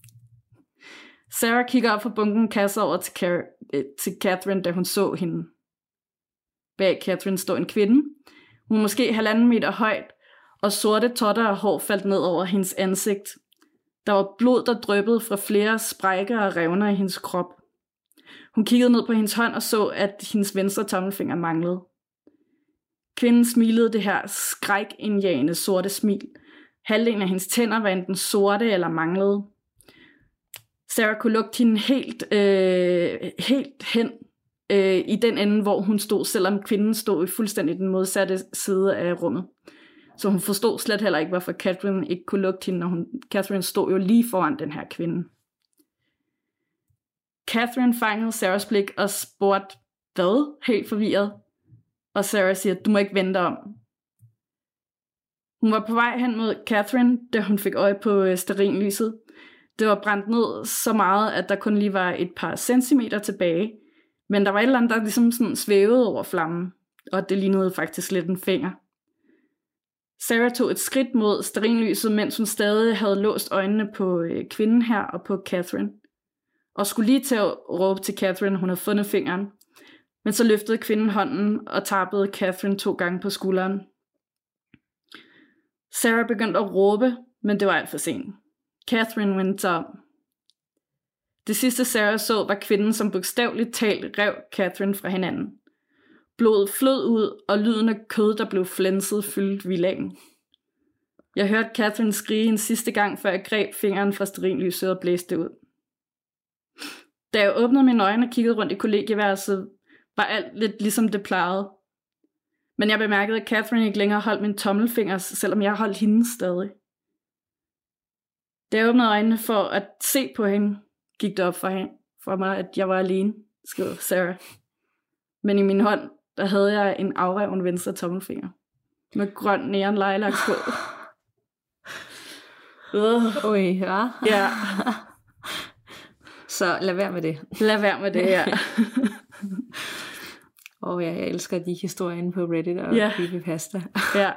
B: Sarah kigger op fra bunken kasser over til Catherine, da hun så hende. Bag Catherine stod en kvinde. Hun var måske 1,5 meter højt, og sorte totter og hår faldt ned over hendes ansigt. Der var blod, der dryppede fra flere sprækker og revner i hendes krop. Hun kiggede ned på hendes hånd og så, at hendes venstre tommelfinger manglede. Kvinden smilede det her skrækindjagende sorte smil. Halvdelen af hendes tænder var enten sorte eller manglede. Sarah kunne lugte hende helt hen i den ende, hvor hun stod, selvom kvinden stod i fuldstændig den modsatte side af rummet. Så hun forstod slet heller ikke, hvorfor Catherine ikke kunne lugte hende, når Catherine stod jo lige foran den her kvinde. Catherine fangede Sarahs blik og spurgte, hvad? Helt forvirret. Og Sarah siger, du må ikke vente om. Hun var på vej hen mod Catherine, da hun fik øje på stearinlyset. Det var brændt ned så meget, at der kun lige var et par centimeter tilbage. Men der var et eller andet, der ligesom sådan svævede over flammen. Og det lignede faktisk lidt en finger. Sarah tog et skridt mod stearinlyset, mens hun stadig havde låst øjnene på kvinden her og på Catherine. Og skulle lige til at råbe til Catherine, hun havde fundet fingeren. Men så løftede kvinden hånden og tappede Catherine 2 gange på skulderen. Sarah begyndte at råbe, men det var alt for sent. Catherine vendte sig om. Det sidste Sarah så var kvinden, som bogstaveligt talt rev Catherine fra hinanden. Blodet flød ud, og lyden af kød, der blev flænset, fyldte villaen. Jeg hørte Catherine skrige en sidste gang, før jeg greb fingeren fra stearinlyset og blæste ud. Da jeg åbnede mine øjne og kiggede rundt i kollegieværelset, var alt lidt ligesom det plejede. Men jeg bemærkede, at Catherine ikke længere holdt min tommelfinger, selvom jeg holdt hende stadig. Da jeg åbnede øjnene for at se på hende, gik det op for mig, at jeg var alene, skrev Sarah. Men i min hånd, der havde jeg en afreven venstre tommelfinger. Med grøn neon lilac på.
A: Oj, ja.
B: Ja.
A: Så lad være med det.
B: Lad være med det, ja.
A: Ja, jeg elsker de historier inde på Reddit og creepypasta.
B: Ja.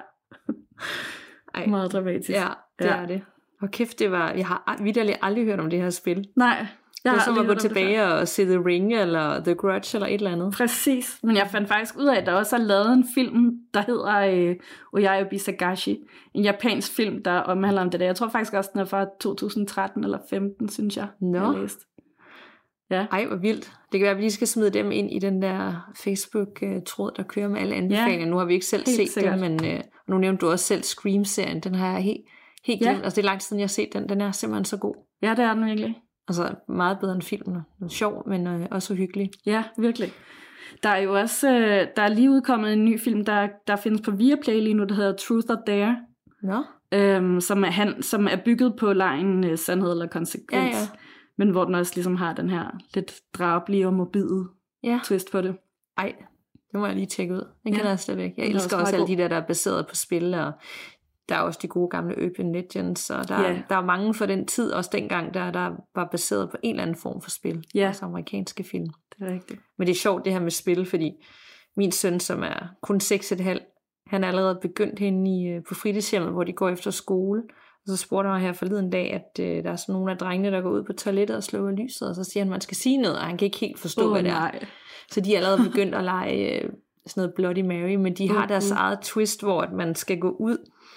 A: Ej.
B: Meget dramatisk.
A: Ja, det er det. Og kæft, jeg har vitterligt aldrig hørt om det her spil.
B: Nej.
A: Det er som at gå tilbage og se The Ring eller The Grudge eller et eller andet.
B: Præcis. Men jeg fandt faktisk ud af, at der også er lavet en film, der hedder Oyayubi Sagashi. En japansk film, der omhandler om det der. Jeg tror faktisk også, den er fra 2013 eller 15, synes jeg.
A: Nå.
B: Jeg læste. Ja.
A: Ej, hvor vildt. Det kan være, at vi lige skal smide dem ind i den der Facebook-tråd, der kører med alle anbefalinger. Ja, nu har vi ikke selv set sikkert. Den, men nu nævnte du også selv Scream-serien. Den har jeg helt glemt. Altså, det er lang tid siden, jeg har set den. Den er simpelthen så god.
B: Ja, det er den virkelig.
A: Altså, meget bedre end filmen. Sjov, men også hyggelig.
B: Ja, virkelig. Der er jo også, der er lige udkommet en ny film, der findes på Viaplay lige nu, der hedder Truth or Dare.
A: Nå.
B: Som er bygget på lejen Sandhed eller Konsekvens.
A: Ja.
B: Men hvor den også ligesom har den her lidt drabelige og morbide twist på det.
A: Ej, det må jeg lige tjekke ud. Den kender jeg slet ikke. Jeg elsker også alle de der er baseret på spil, og der er også de gode gamle Urban Legends, og der er mange for den tid, også dengang, der var baseret på en eller anden form for spil.
B: Ja.
A: Altså amerikanske film.
B: Det er rigtigt.
A: Men det er sjovt det her med spil, fordi min søn, som er kun 6,5, han er allerede begyndt henne på fritidshjemmet, hvor de går efter skole. Og så spurgte han her forleden dag, at der er sådan nogle af drengene, der går ud på toilettet og slukker lyset, og så siger han, at man skal sige noget, og han kan ikke helt forstå, hvad det er. Så de er allerede begyndt at lege sådan noget Bloody Mary, men de har deres eget twist, hvor at man skal gå ud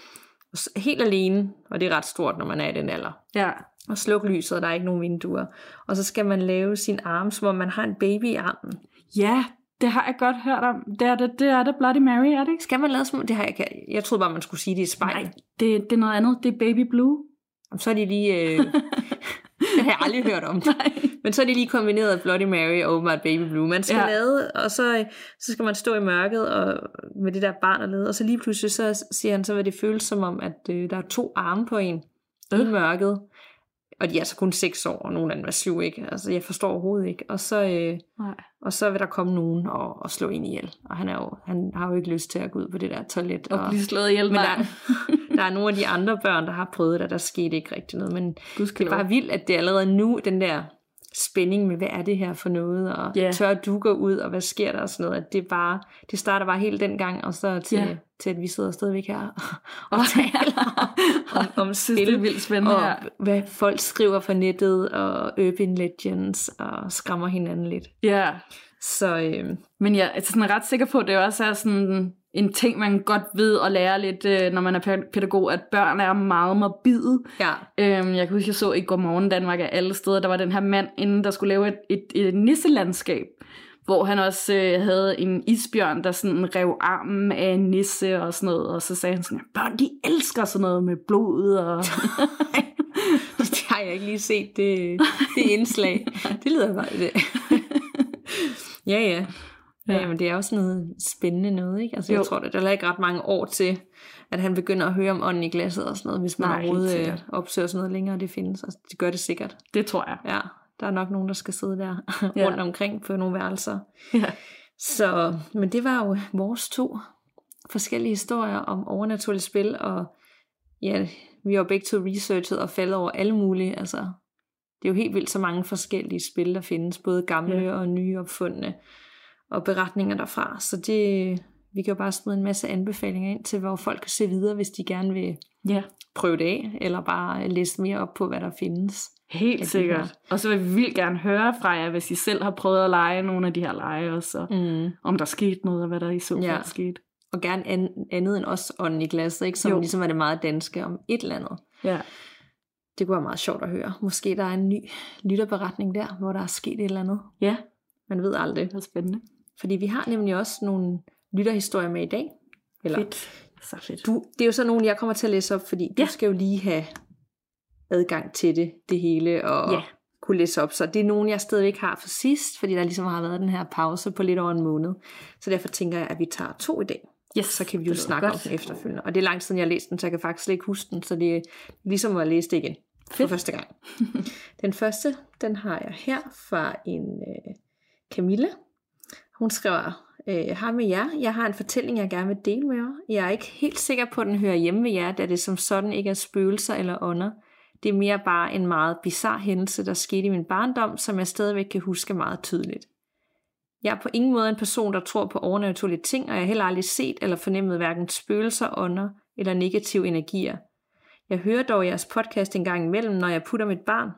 A: helt alene, og det er ret stort, når man er i den alder.
B: Ja.
A: Og slukke lyset, og der er ikke nogen vinduer. Og så skal man lave sin arm, som om man har en baby i armen.
B: Ja, det har jeg godt hørt om. Det er det Bloody Mary, er det ikke?
A: Skal man lave sådan? Det har jeg troede bare, man skulle sige det i spejl.
B: Nej, det er noget andet. Det er Baby Blue.
A: Så er de lige... det har jeg aldrig hørt om.
B: Nej.
A: Men så er de lige kombineret Bloody Mary og åbenbart Baby Blue. Man skal lade, og så skal man stå i mørket og med det der barn og lede. Og så lige pludselig, så siger han, så vil det føles som om, at der er 2 arme på en i mørket. Og de er altså kun 6 år, og nogle af dem er 7, ikke? Altså, jeg forstår overhovedet ikke. Og så vil der komme nogen og slå en ihjel. Og han har jo ikke lyst til at gå ud på det der toilet.
B: Og blive slået ihjel.
A: Men der er nogle af de andre børn, der har prøvet det, der skete ikke rigtig noget. Men det er bare vildt, at det allerede nu, den der spænding med, hvad er det her for noget, og tør du gå ud, og hvad sker der og sådan noget, at det starter bare helt dengang, og så til at vi sidder stadigvæk her og taler om spil,
B: vildt spændende,
A: og hvad folk skriver på nettet, og urban legends, og skræmmer hinanden lidt.
B: Ja.
A: Så,
B: men jeg er sådan ret sikker på, at det også er sådan en ting, man godt ved at lære lidt, når man er pædagog, at børn er meget morbide.
A: Ja.
B: Jeg kan huske, jeg så i Godmorgen Danmark af alle steder, der var den her mand inden, der skulle lave et nisselandskab, hvor han også havde en isbjørn, der sådan rev armen af en nisse og sådan noget, og så sagde han sådan, børn, de elsker sådan noget med blod og...
A: Det har jeg ikke lige set, det indslag. Det lyder bare det. Ja. Ja, men det er jo sådan noget spændende noget, ikke? Altså, jeg tror, der er ikke ret mange år til, at han begynder at høre om ånden i glasset og sådan noget, hvis man overhovedet opsøger sådan noget længere, det findes. Altså, det gør det sikkert.
B: Det tror jeg.
A: Ja, der er nok nogen, der skal sidde der rundt omkring på nogle værelser.
B: Ja.
A: Så, men det var jo vores 2 forskellige historier om overnaturlige spil, og ja, vi har jo begge 2 researchet og faldet over alle mulige, altså, det er jo helt vildt så mange forskellige spil, der findes, både gamle og nye opfundne, og beretninger derfra, så vi kan jo bare smide en masse anbefalinger ind til, hvor folk kan se videre, hvis de gerne vil prøve det af, eller bare læse mere op på, hvad der findes.
B: Helt sikkert. Og så vil vi vildt gerne høre fra jer, hvis I selv har prøvet at lege nogle af de her lege også, om der skete noget, og hvad der i så fald skete. Og
A: gerne andet end også ånden i glasset, ikke? Som ligesom er det meget danske om et eller andet.
B: Ja.
A: Det kunne være meget sjovt at høre. Måske der er en ny lytterberetning der, hvor der er sket et eller andet.
B: Ja.
A: Man ved aldrig.
B: Det er spændende.
A: Fordi vi har nemlig også nogle lytterhistorier med i dag. Eller,
B: fedt. Så fedt.
A: Det er jo så nogle, jeg kommer til at læse op, fordi du skal jo lige have adgang til det hele, og kunne læse op. Så det er nogle, jeg stadigvæk har for sidst, fordi der ligesom har været den her pause på lidt over en måned. Så derfor tænker jeg, at vi tager 2 i dag.
B: Yes,
A: så kan vi jo snakke om den efterfølgende. Og det er lang tid, jeg har læst den, så jeg kan faktisk slet ikke huske den, så det er ligesom at læse det igen for første gang. Den første, den har jeg her fra en Camilla. Hun skriver, hej med jer. Jeg har en fortælling, jeg gerne vil dele med jer. Jeg er ikke helt sikker på, at den hører hjemme ved jer, da det som sådan ikke er spøgelser eller ånder. Det er mere bare en meget bizarre hændelse, der skete i min barndom, som jeg stadigvæk kan huske meget tydeligt. Jeg er på ingen måde en person, der tror på overnaturlige ting, og jeg har heller aldrig set eller fornemmet hverken spøgelser, ånder eller negative energier. Jeg hører dog jeres podcast en gang imellem, når jeg putter mit barn.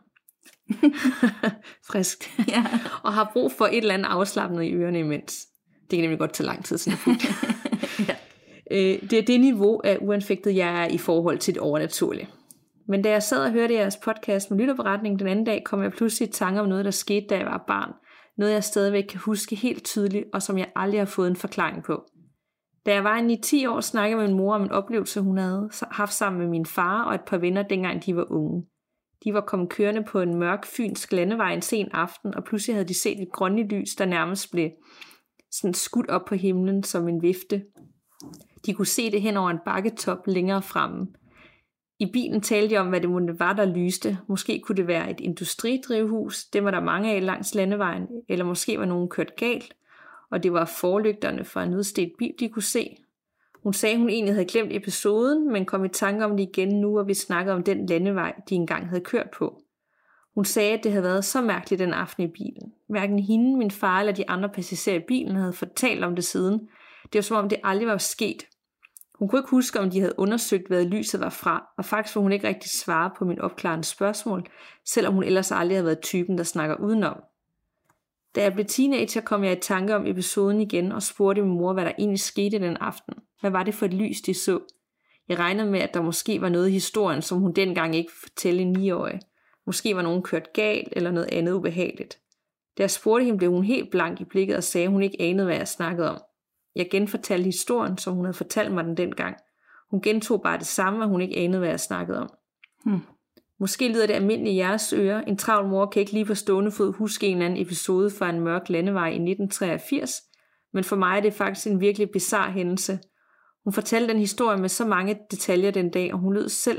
A: Friskt. Og har brug for et eller andet afslappende i ørerne imens. Det kan nemlig godt tage lang tid siden. Det er det niveau af uanfægtet, jeg er i forhold til det overnaturlige. Men da jeg sad og hørte jeres podcast med lytterberetning den anden dag, kom jeg pludselig i tanke om noget, der skete, da jeg var barn. Noget, jeg stadigvæk kan huske helt tydeligt, og som jeg aldrig har fået en forklaring på. Da jeg var 9-10 år, snakkede med min mor om en oplevelse, hun havde haft sammen med min far og et par venner, dengang de var unge. De var kommet kørende på en mørk fynsk landevej en sen aften, og pludselig havde de set et grønligt lys, der nærmest blev sådan skudt op på himlen som en vifte. De kunne se det hen over en bakketop længere fremme. I bilen talte de om, hvad det var, der lyste. Måske kunne det være et industridrivhus, dem var der mange af langs landevejen, eller måske var nogen kørt galt, og det var forlygterne fra en udstedt bil, de kunne se. Hun sagde, hun egentlig havde glemt episoden, men kom i tanke om det igen nu, og vi snakkede om den landevej, de engang havde kørt på. Hun sagde, at det havde været så mærkeligt den aften i bilen. Hverken hende, min far eller de andre passagerer i bilen havde fortalt om det siden. Det var som om det aldrig var sket. Hun kunne ikke huske, om de havde undersøgt, hvad lyset var fra, og faktisk ville hun ikke rigtig svare på min opklarende spørgsmål, selvom hun ellers aldrig havde været typen, der snakker udenom. Da jeg blev teenager, kom jeg i tanke om episoden igen og spurgte min mor, hvad der egentlig skete den aften. Hvad var det for et lys, de så? Jeg regnede med, at der måske var noget i historien, som hun dengang ikke fortalte en 9-årig. Måske var nogen kørt galt eller noget andet ubehageligt. Da jeg spurgte hende, blev hun helt blank i blikket og sagde, at hun ikke anede, hvad jeg snakkede om. Jeg genfortalte historien, som hun havde fortalt mig den dengang. Hun gentog bare det samme, og hun ikke anede, hvad jeg snakkede om. Måske lyder det almindeligt i jeres ører. En travl mor kan ikke lige på stående fod huske en eller anden episode fra en mørk landevej i 1983, men for mig er det faktisk en virkelig bizarre hændelse. Hun fortalte den historie med så mange detaljer den dag, og hun lød selv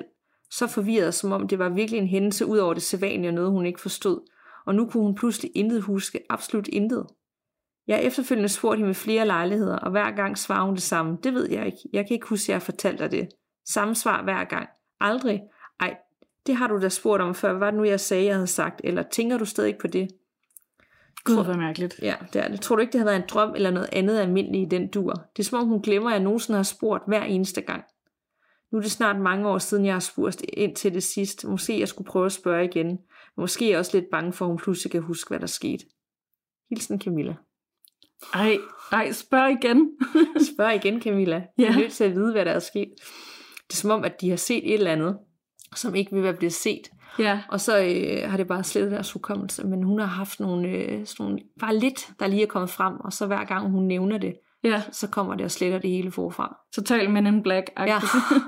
A: Så forvirret, som om det var virkelig en hændelse ud over det sædvanlige og noget, hun ikke forstod. Og nu kunne hun pludselig intet huske, absolut intet. Jeg har efterfølgende spurgt hende med flere lejligheder, og hver gang svarer hun det samme. Det ved jeg ikke. Jeg kan ikke huske, at jeg har fortalt dig det. Samme svar hver gang. Aldrig. Ej, det har du da spurgt om før. Hvad var det nu, jeg sagde, jeg havde sagt? Eller tænker du stadig på det?
B: Gud, hvor mærkeligt.
A: Ja, det er det. Tror du ikke, det havde været en drøm eller noget andet almindeligt i den dur? Det er som om hun glemmer, at jeg nogensinde har spurgt hver eneste gang. Nu er det snart mange år siden, jeg har spurgt ind til det sidste. Måske jeg skulle prøve at spørge igen. Men måske er jeg også lidt bange for, at hun pludselig kan huske, hvad der skete. Hilsen Camilla.
B: Ej, spørg igen.
A: Spørg igen, Camilla. Jeg er nødt til at vide, hvad der er sket. Det er som om, at de har set et eller andet, som ikke vil være blevet set.
B: Ja.
A: Og så har det bare slettet deres hukommelse. Men hun har haft nogle, bare lidt, der lige er kommet frem. Og så hver gang hun nævner det, så kommer det og sletter det hele forfra.
B: Total Men in Black.
A: Ja.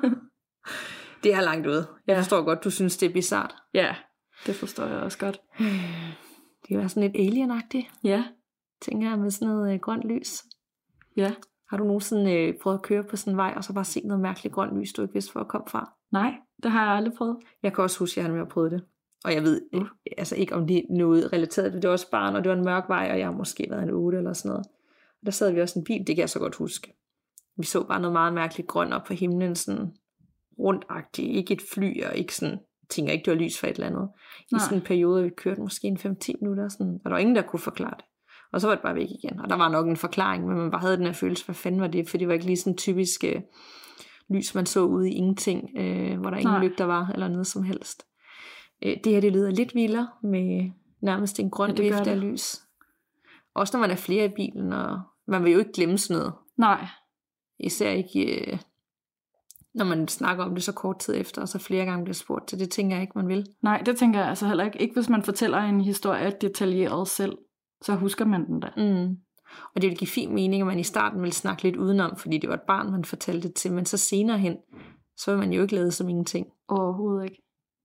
A: Det er langt ude. Jeg forstår godt, du synes, det er bizart.
B: Ja, det forstår jeg også godt.
A: Det er sådan lidt alien-agtigt.
B: Ja.
A: Tænker jeg med sådan noget grønt lys.
B: Ja.
A: Har du nogensinde prøvet at køre på sådan en vej, og så bare se noget mærkeligt grønt lys, du ikke vidste, hvor at komme fra?
B: Nej, det har jeg aldrig prøvet.
A: Jeg kan også huske, at jeg har med at prøve det. Og jeg ved altså ikke, om det er noget relateret. Det var også barn, og det var en mørk vej, og jeg har måske været en 8 eller sådan noget. Og der sad vi også i en bil, det kan jeg så godt huske. Vi så bare noget meget mærkeligt grønt op på himlen, sådan rundagtigt. Ikke et fly, og ikke sådan, tænker ikke, det var lys for et eller andet. I sådan en periode, vi kørte måske en 5-10 minutter, sådan, og der var ingen, der kunne forklare det. Og så var det bare væk igen. Og der var nok en forklaring, men man bare havde den her følelse, hvad fanden var det? For det var ikke lige sådan typisk lys, man så ude i ingenting, hvor der ingen lygter var, eller noget som helst. Det her, det lyder lidt vildere, med nærmest en grøn vifte af lys. Også når man er flere i bilen, og man vil jo ikke glemme sådan noget.
B: Nej.
A: Især ikke, når man snakker om det så kort tid efter, og så flere gange bliver spurgt til. Det tænker jeg ikke, man vil.
B: Nej, det tænker jeg altså heller ikke. Ikke hvis man fortæller en historie detaljeret selv, så husker man den da.
A: Og det vil give fin mening, at man i starten ville snakke lidt udenom, fordi det var et barn, man fortalte det til. Men så senere hen, så vil man jo ikke lade som ingenting.
B: Overhovedet ikke.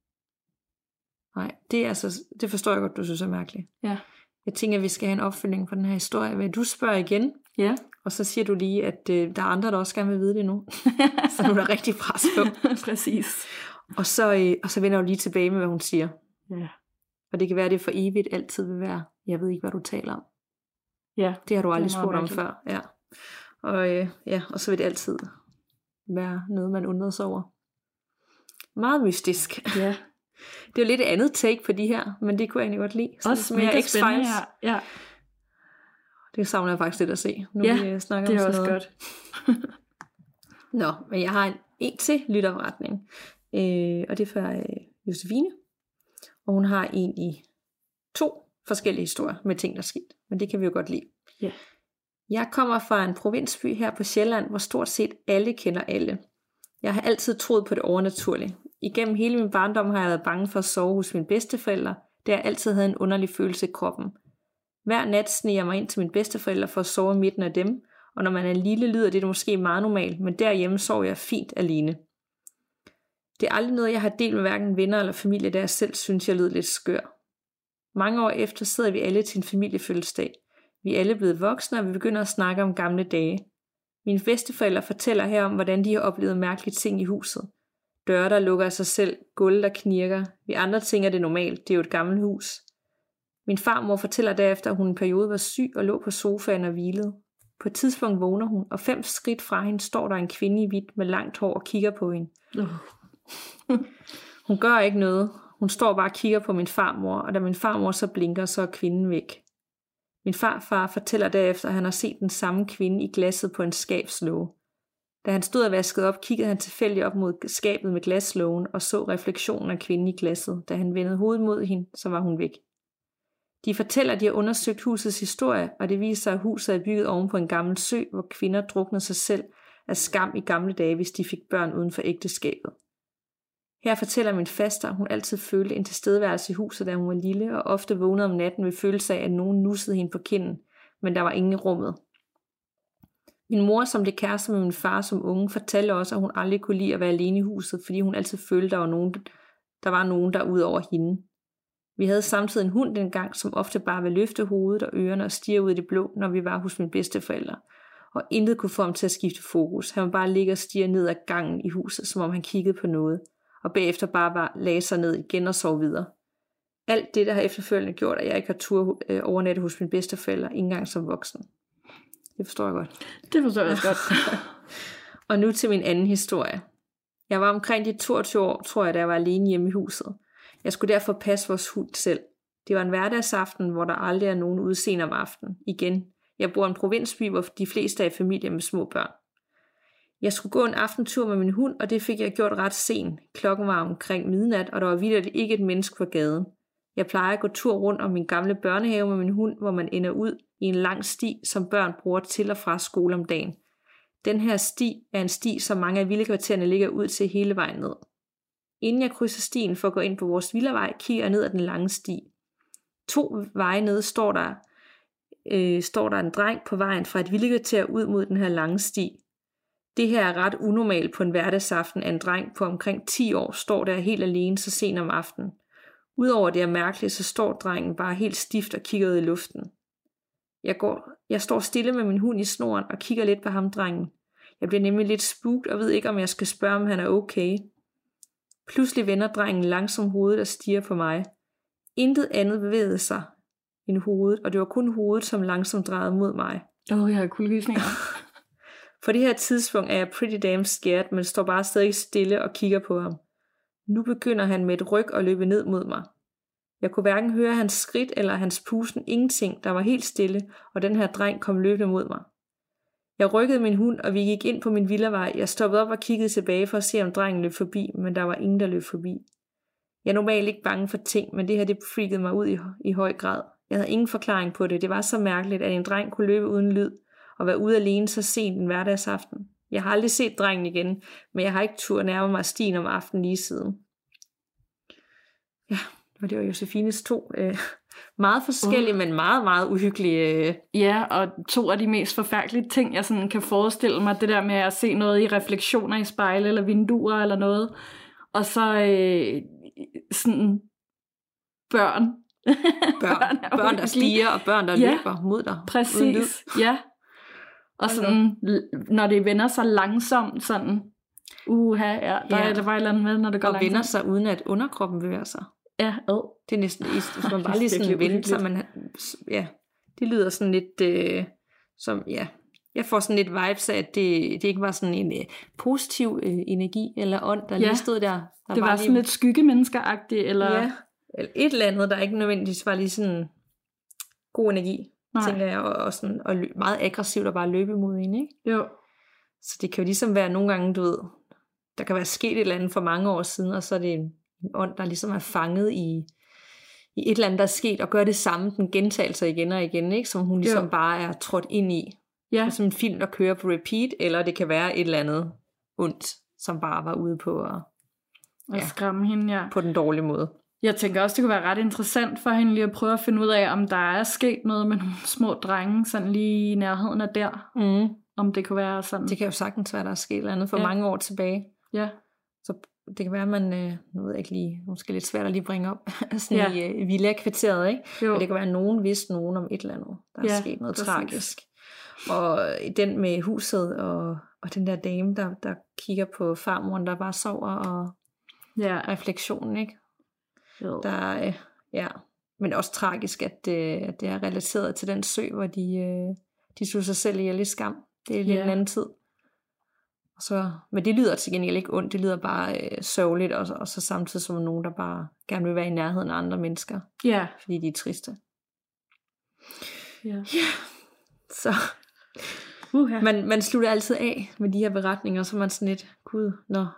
A: Nej, det forstår jeg godt, du synes er mærkeligt.
B: Ja.
A: Jeg tænker, at vi skal have en opfølgning på den her historie. Vil du spørge igen?
B: Ja.
A: Og så siger du lige, at der er andre, der også gerne vil vide det nu. Så nu er der rigtig pres på.
B: Præcis.
A: Og så vender du lige tilbage med, hvad hun siger.
B: Ja.
A: Og det kan være, at det for evigt altid vil være, jeg ved ikke, hvad du taler om.
B: Ja.
A: Det har du aldrig spurgt om før. Ja. Og så vil det altid være noget, man undrer sig over. Meget mystisk.
B: Ja.
A: Det er jo lidt et andet take på de her, men det kunne jeg egentlig godt lide. Så
B: også mere spændende. Ja.
A: Det savner jeg faktisk lidt at se, nu vi snakker
B: det er
A: om sådan
B: også
A: noget. Godt. Nå, men jeg har en til lytterretning, og det er fra Josefine, og hun har egentlig 2 forskellige historier med ting, der er sket, men det kan vi jo godt lide.
B: Ja.
A: Jeg kommer fra en provinsby her på Sjælland, hvor stort set alle kender alle. Jeg har altid troet på det overnaturlige. Igennem hele min barndom har jeg været bange for at sove hos mine bedsteforældre, da jeg altid havde en underlig følelse i kroppen. Hver nat sniger jeg mig ind til mine bedsteforældre for at sove i midten af dem, og når man er lille, lyder det måske meget normalt, men derhjemme sover jeg fint alene. Det er aldrig noget, jeg har delt med hverken venner eller familie, da jeg selv synes, jeg lød lidt skør. Mange år efter sidder vi alle til en familiefødselsdag. Vi er alle blevet voksne, og vi begynder at snakke om gamle dage. Mine bedsteforældre fortæller her om, hvordan de har oplevet mærkelige ting i huset. Døre, der lukker af sig selv, gulv, der knirker. Vi andre tænker, det er normalt. Det er jo et gammelt hus. Min farmor fortæller derefter, at hun en periode var syg og lå på sofaen og hvilede. På et tidspunkt vågner hun, og 5 skridt fra hende står der en kvinde i hvidt med langt hår og kigger på hende. Hun gør ikke noget. Hun står bare og kigger på min farmor, og da min farmor så blinker, så er kvinden væk. Min farfar fortæller derefter, at han har set den samme kvinde i glasset på en skabslåge. Da han stod og vaskede op, kiggede han tilfældigt op mod skabet med glaslågen og så refleksionen af kvinden i glasset. Da han vendede hovedet mod hende, så var hun væk. De fortæller, at de har undersøgt husets historie, og det viser sig, at huset er bygget oven på en gammel sø, hvor kvinder druknede sig selv af skam i gamle dage, hvis de fik børn uden for ægteskabet. Her fortæller min faster, at hun altid følte en tilstedeværelse i huset, da hun var lille, og ofte vågnede om natten ved følelse af, at nogen nussede hende på kinden, men der var ingen i rummet. Min mor, som blev kæreste med min far som unge, fortalte også, at hun aldrig kunne lide at være alene i huset, fordi hun altid følte, at der var nogen der ud over hende. Vi havde samtidig en hund dengang, som ofte bare ville løfte hovedet og ørerne og stirre ud i det blå, når vi var hos mine bedsteforældre. Og intet kunne få ham til at skifte fokus. Han var bare ligge og stirre ned ad gangen i huset, som om han kiggede på noget. og bagefter bare lagde sig ned igen og sov videre. Alt det, der har efterfølgende gjort, at jeg ikke har tur overnatte hos mine bedsteforældre, ikke engang som voksen. Det forstår jeg godt.
B: Det forstår jeg også godt.
A: Og nu til min anden historie. Jeg var omkring de 22 år, tror jeg, da jeg var alene hjemme i huset. Jeg skulle derfor passe vores hund selv. Det var en hverdagsaften, hvor der aldrig er nogen udseende om aftenen. Igen, jeg bor i en provinsby, hvor de fleste er familier med små børn. Jeg skulle gå en aftentur med min hund, og det fik jeg gjort ret sent. Klokken var omkring midnat, og der var vitterligt ikke et menneske på gaden. Jeg plejer at gå tur rundt om min gamle børnehave med min hund, hvor man ender ud i en lang sti, som børn bruger til og fra skole om dagen. Den her sti er en sti, som mange af villakvartererne ligger ud til hele vejen ned. Inden jeg krydser stien for at gå ind på vores villavej, kigger jeg ned ad den lange sti. 2 veje nede står der en dreng på vejen fra et villakvarter ud mod den her lange sti. Det her er ret unormalt på en hverdagsaften, at en dreng på omkring 10 år står der helt alene så sent om aftenen. Udover det er mærkeligt, så står drengen bare helt stift og kigger ud i luften. Jeg står stille med min hund i snoren og kigger lidt på ham, drengen. Jeg bliver nemlig lidt spooked og ved ikke, om jeg skal spørge, om han er okay. Pludselig vender drengen langsomt hovedet og stiger på mig. Intet andet bevægede sig end hovedet, og det var kun hovedet, som langsomt drejede mod mig.
B: Jeg har kuldegysninger.
A: På det her tidspunkt er jeg pretty damn scared, men står bare stadig stille og kigger på ham. Nu begynder han med et ryg at løbe ned mod mig. Jeg kunne hverken høre hans skridt eller hans pusten, ingenting, der var helt stille, og den her dreng kom løbende mod mig. Jeg rykkede min hund, og vi gik ind på min villavej. Jeg stoppede op og kiggede tilbage for at se, om drengen løb forbi, men der var ingen, der løb forbi. Jeg er normalt ikke bange for ting, men det her det freakede mig ud i høj grad. Jeg havde ingen forklaring på det. Det var så mærkeligt, at en dreng kunne løbe uden lyd og være ude alene så sent en hverdagsaften. Jeg har aldrig set drengen igen, men jeg har ikke tur nærme mig stien om aftenen lige siden. Ja, og det var Josefines 2 meget forskellige, men meget, meget uhyggelige.
B: Ja, og 2 af de mest forfærdelige ting, jeg sådan kan forestille mig, det der med at se noget i refleksioner i spejle eller vinduer eller noget, og så sådan børn,
A: der stiger, og børn, der løber mod dig.
B: Præcis, ja. Og sådan, når det vender sig langsomt, sådan, der var et eller andet med, når det går langsomt.
A: Og vender sig, uden at underkroppen bevæger sig.
B: Ja,
A: det er næsten, hvis man bare lige sådan vender sig, det lyder sådan lidt, som, jeg får sådan lidt vibes af, at det ikke var sådan en positiv energi, eller ånd, der lige stod der.
B: Det var sådan lidt skyggemennesker-agtigt, eller
A: et eller andet, der ikke nødvendigvis var lige sådan god energi. Tænker jeg, og meget aggressivt at bare løbe imod en, ikke?
B: Jo.
A: Så det kan jo ligesom være nogle gange, du ved, der kan være sket et eller andet for mange år siden, og så er det en ånd, der ligesom er fanget i et eller andet, der er sket, og gør det samme, den gentager sig igen og igen, ikke? Som hun ligesom bare er trådt ind i. Ja. Som en film, der kører på repeat, eller det kan være et eller andet ondt, som bare var ude på at
B: skræmme hende,
A: på den dårlige måde.
B: Jeg tænker også, det kunne være ret interessant for hende lige at prøve at finde ud af, om der er sket noget med nogle små drenge, sådan lige i nærheden af der. Om det kunne være sådan.
A: Det kan jo sagtens være, der er sket et eller andet for mange år tilbage.
B: Ja.
A: Så det kan være, at man, nu ved jeg ikke lige, måske lidt svært at lige bringe op, sådan i villa-kvarteret, ikke? Men det kan være, at nogen vidste nogen om et eller andet, der er sket noget tragisk. Og den med huset, og den der dame, der kigger på farmoren, der bare sover, og refleksionen, ikke? Der, men også tragisk, at det er relateret til den sø, hvor de slog sig selv ihjel i skam. Det er lidt en anden tid. Men det lyder til gengæld ikke ondt, det lyder bare sørgeligt, og så samtidig som nogen, der bare gerne vil være i nærheden af andre mennesker, fordi de er triste. Så man slutter altid af med de her beretninger, så man sådan lidt, gud,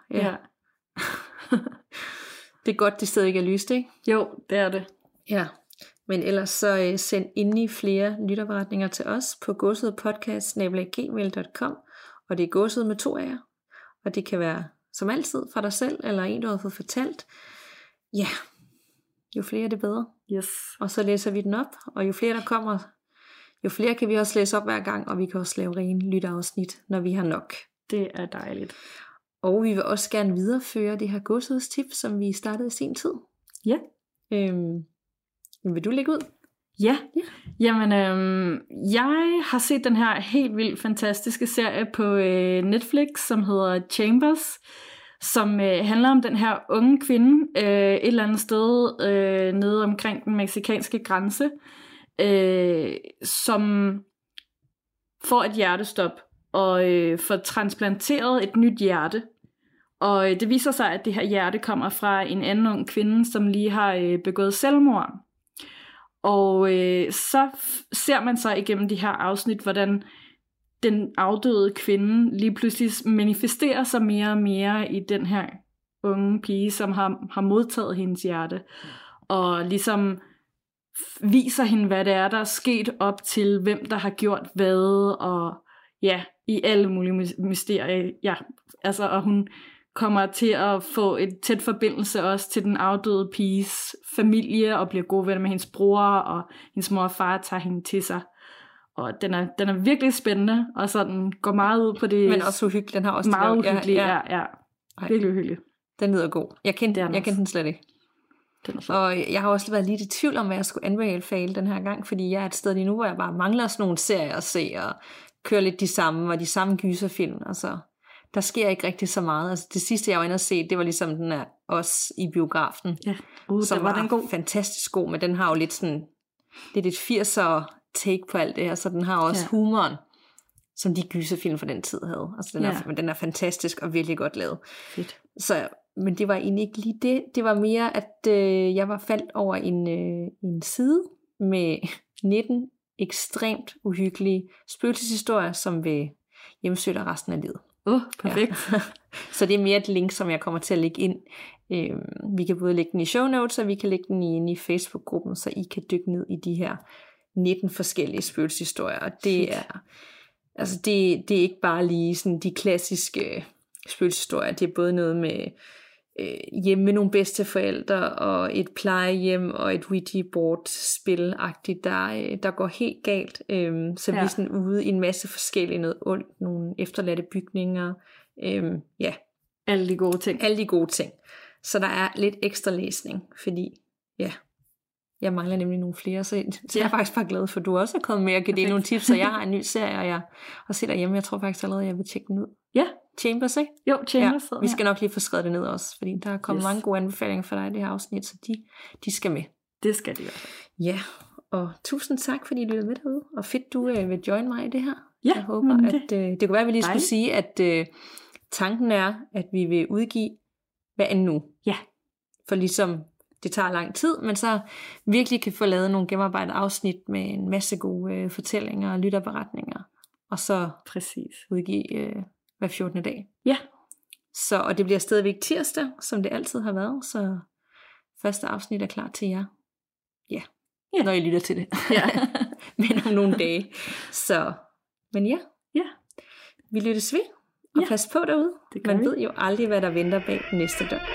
A: det er godt, det stadig ikke er lyst, ikke?
B: Jo, det er det.
A: Ja, men ellers så send endelig flere lytterberetninger til os på gåsehudpodcast@gmail.com, og det er gåsehud med 2 A'er, og det kan være som altid fra dig selv, eller en, du har fået fortalt. Ja, jo flere det bedre.
B: Yes.
A: Og så læser vi den op, og jo flere der kommer, jo flere kan vi også læse op hver gang, og vi kan også lave rene lytterafsnit, når vi har nok.
B: Det er dejligt.
A: Og vi vil også gerne videreføre det her gåsehudstip, som vi startede i sin tid.
B: Ja.
A: Vil du lægge ud?
B: Ja. Jamen, jeg har set den her helt vildt fantastiske serie på Netflix, som hedder Chambers, som handler om den her unge kvinde et eller andet sted nede omkring den mexikanske grænse, som får et hjertestop og får transplanteret et nyt hjerte. Og det viser sig, at det her hjerte kommer fra en anden ung kvinde, som lige har begået selvmord. Og så ser man så igennem de her afsnit, hvordan den afdøde kvinde lige pludselig manifesterer sig mere og mere i den her unge pige, som har modtaget hendes hjerte. Og ligesom viser hende, hvad det er, der er sket op til, hvem der har gjort hvad, og ja, i alle mulige mysterier. Ja, altså, og hun kommer til at få et tæt forbindelse også til den afdøde piges familie, og bliver gode venner med hendes bror, og hendes mor og far tager hende til sig. Og den er virkelig spændende, og så den går meget ud på det.
A: Men også uhyggelig. Den har også
B: meget uhyggelig, ja. Virkelig uhyggelig.
A: Den lyder god. Jeg kendte den slet ikke. Og jeg har også været lidt i tvivl om, hvad jeg skulle anbefale den her gang, fordi jeg er et sted lige nu, hvor jeg bare mangler sådan nogle serier at se, og kører lidt de samme gyserfilm, og så der sker ikke rigtig så meget. Altså det sidste, jeg var inde og se, det var ligesom den er også i biografen, som var den god. Fantastisk god, men den har jo lidt sådan, det er et 80'er take på alt det her, så den har også humoren, som de gyserfilm fra den tid havde. Altså den er fantastisk og virkelig godt lavet.
B: Fedt.
A: Så, men det var egentlig ikke lige det. Det var mere, at jeg var faldt over en side med 19 ekstremt uhyggelige spøgelseshistorier, som vil hjemsøge dig resten af livet.
B: Perfekt.
A: Ja. Så det er mere et link, som jeg kommer til at lægge ind. Vi kan både lægge den i show notes, og vi kan lægge den inde i Facebook-gruppen, så I kan dykke ned i de her 19 forskellige spøgelseshistorier. Og det er, altså det er ikke bare lige sådan de klassiske spøgelseshistorier. Det er både noget med hjemme med nogle bedsteforældre, og et plejehjem, og et Ouija board spil-agtigt, der går helt galt. Så vi er sådan ude i en masse forskellige, noget ondt, nogle efterladte bygninger.
B: Alle de gode ting.
A: Så der er lidt ekstra læsning, fordi jeg mangler nemlig nogle flere, så jeg er faktisk bare glad for, at du også er kommet med og givet det nogle tips, så jeg har en ny serie, og jeg har set derhjemme. Jeg tror faktisk allerede, jeg vil tjekke den ud.
B: Ja.
A: Chambers, ikke?
B: Jo, Chambers.
A: Ja, vi skal nok lige få skrevet det ned også, fordi der er kommet mange gode anbefalinger for dig i det her afsnit, så de skal med.
B: Det skal de også.
A: Ja, og tusind tak, fordi du lyttede med derude, og fedt, du vil join mig i det her.
B: Ja,
A: jeg håber, at det kunne være, at vi lige skulle sige, at tanken er, at vi vil udgive hver anden uge.
B: Ja.
A: For ligesom det tager lang tid, men så virkelig kan få lavet nogle gennemarbejdede afsnit med en masse gode fortællinger og lytterberetninger, og så udgive hver 14. dag.
B: Ja.
A: Så, og det bliver stadigvæk tirsdag, som det altid har været, så første afsnit er klar til jer. Ja. Når I lytter til det.
B: Ja.
A: Men om nogle dage. Så, men ja. Vi lyttes ved, og pas på derude. Man ved jo aldrig, hvad der venter bag den næste dør.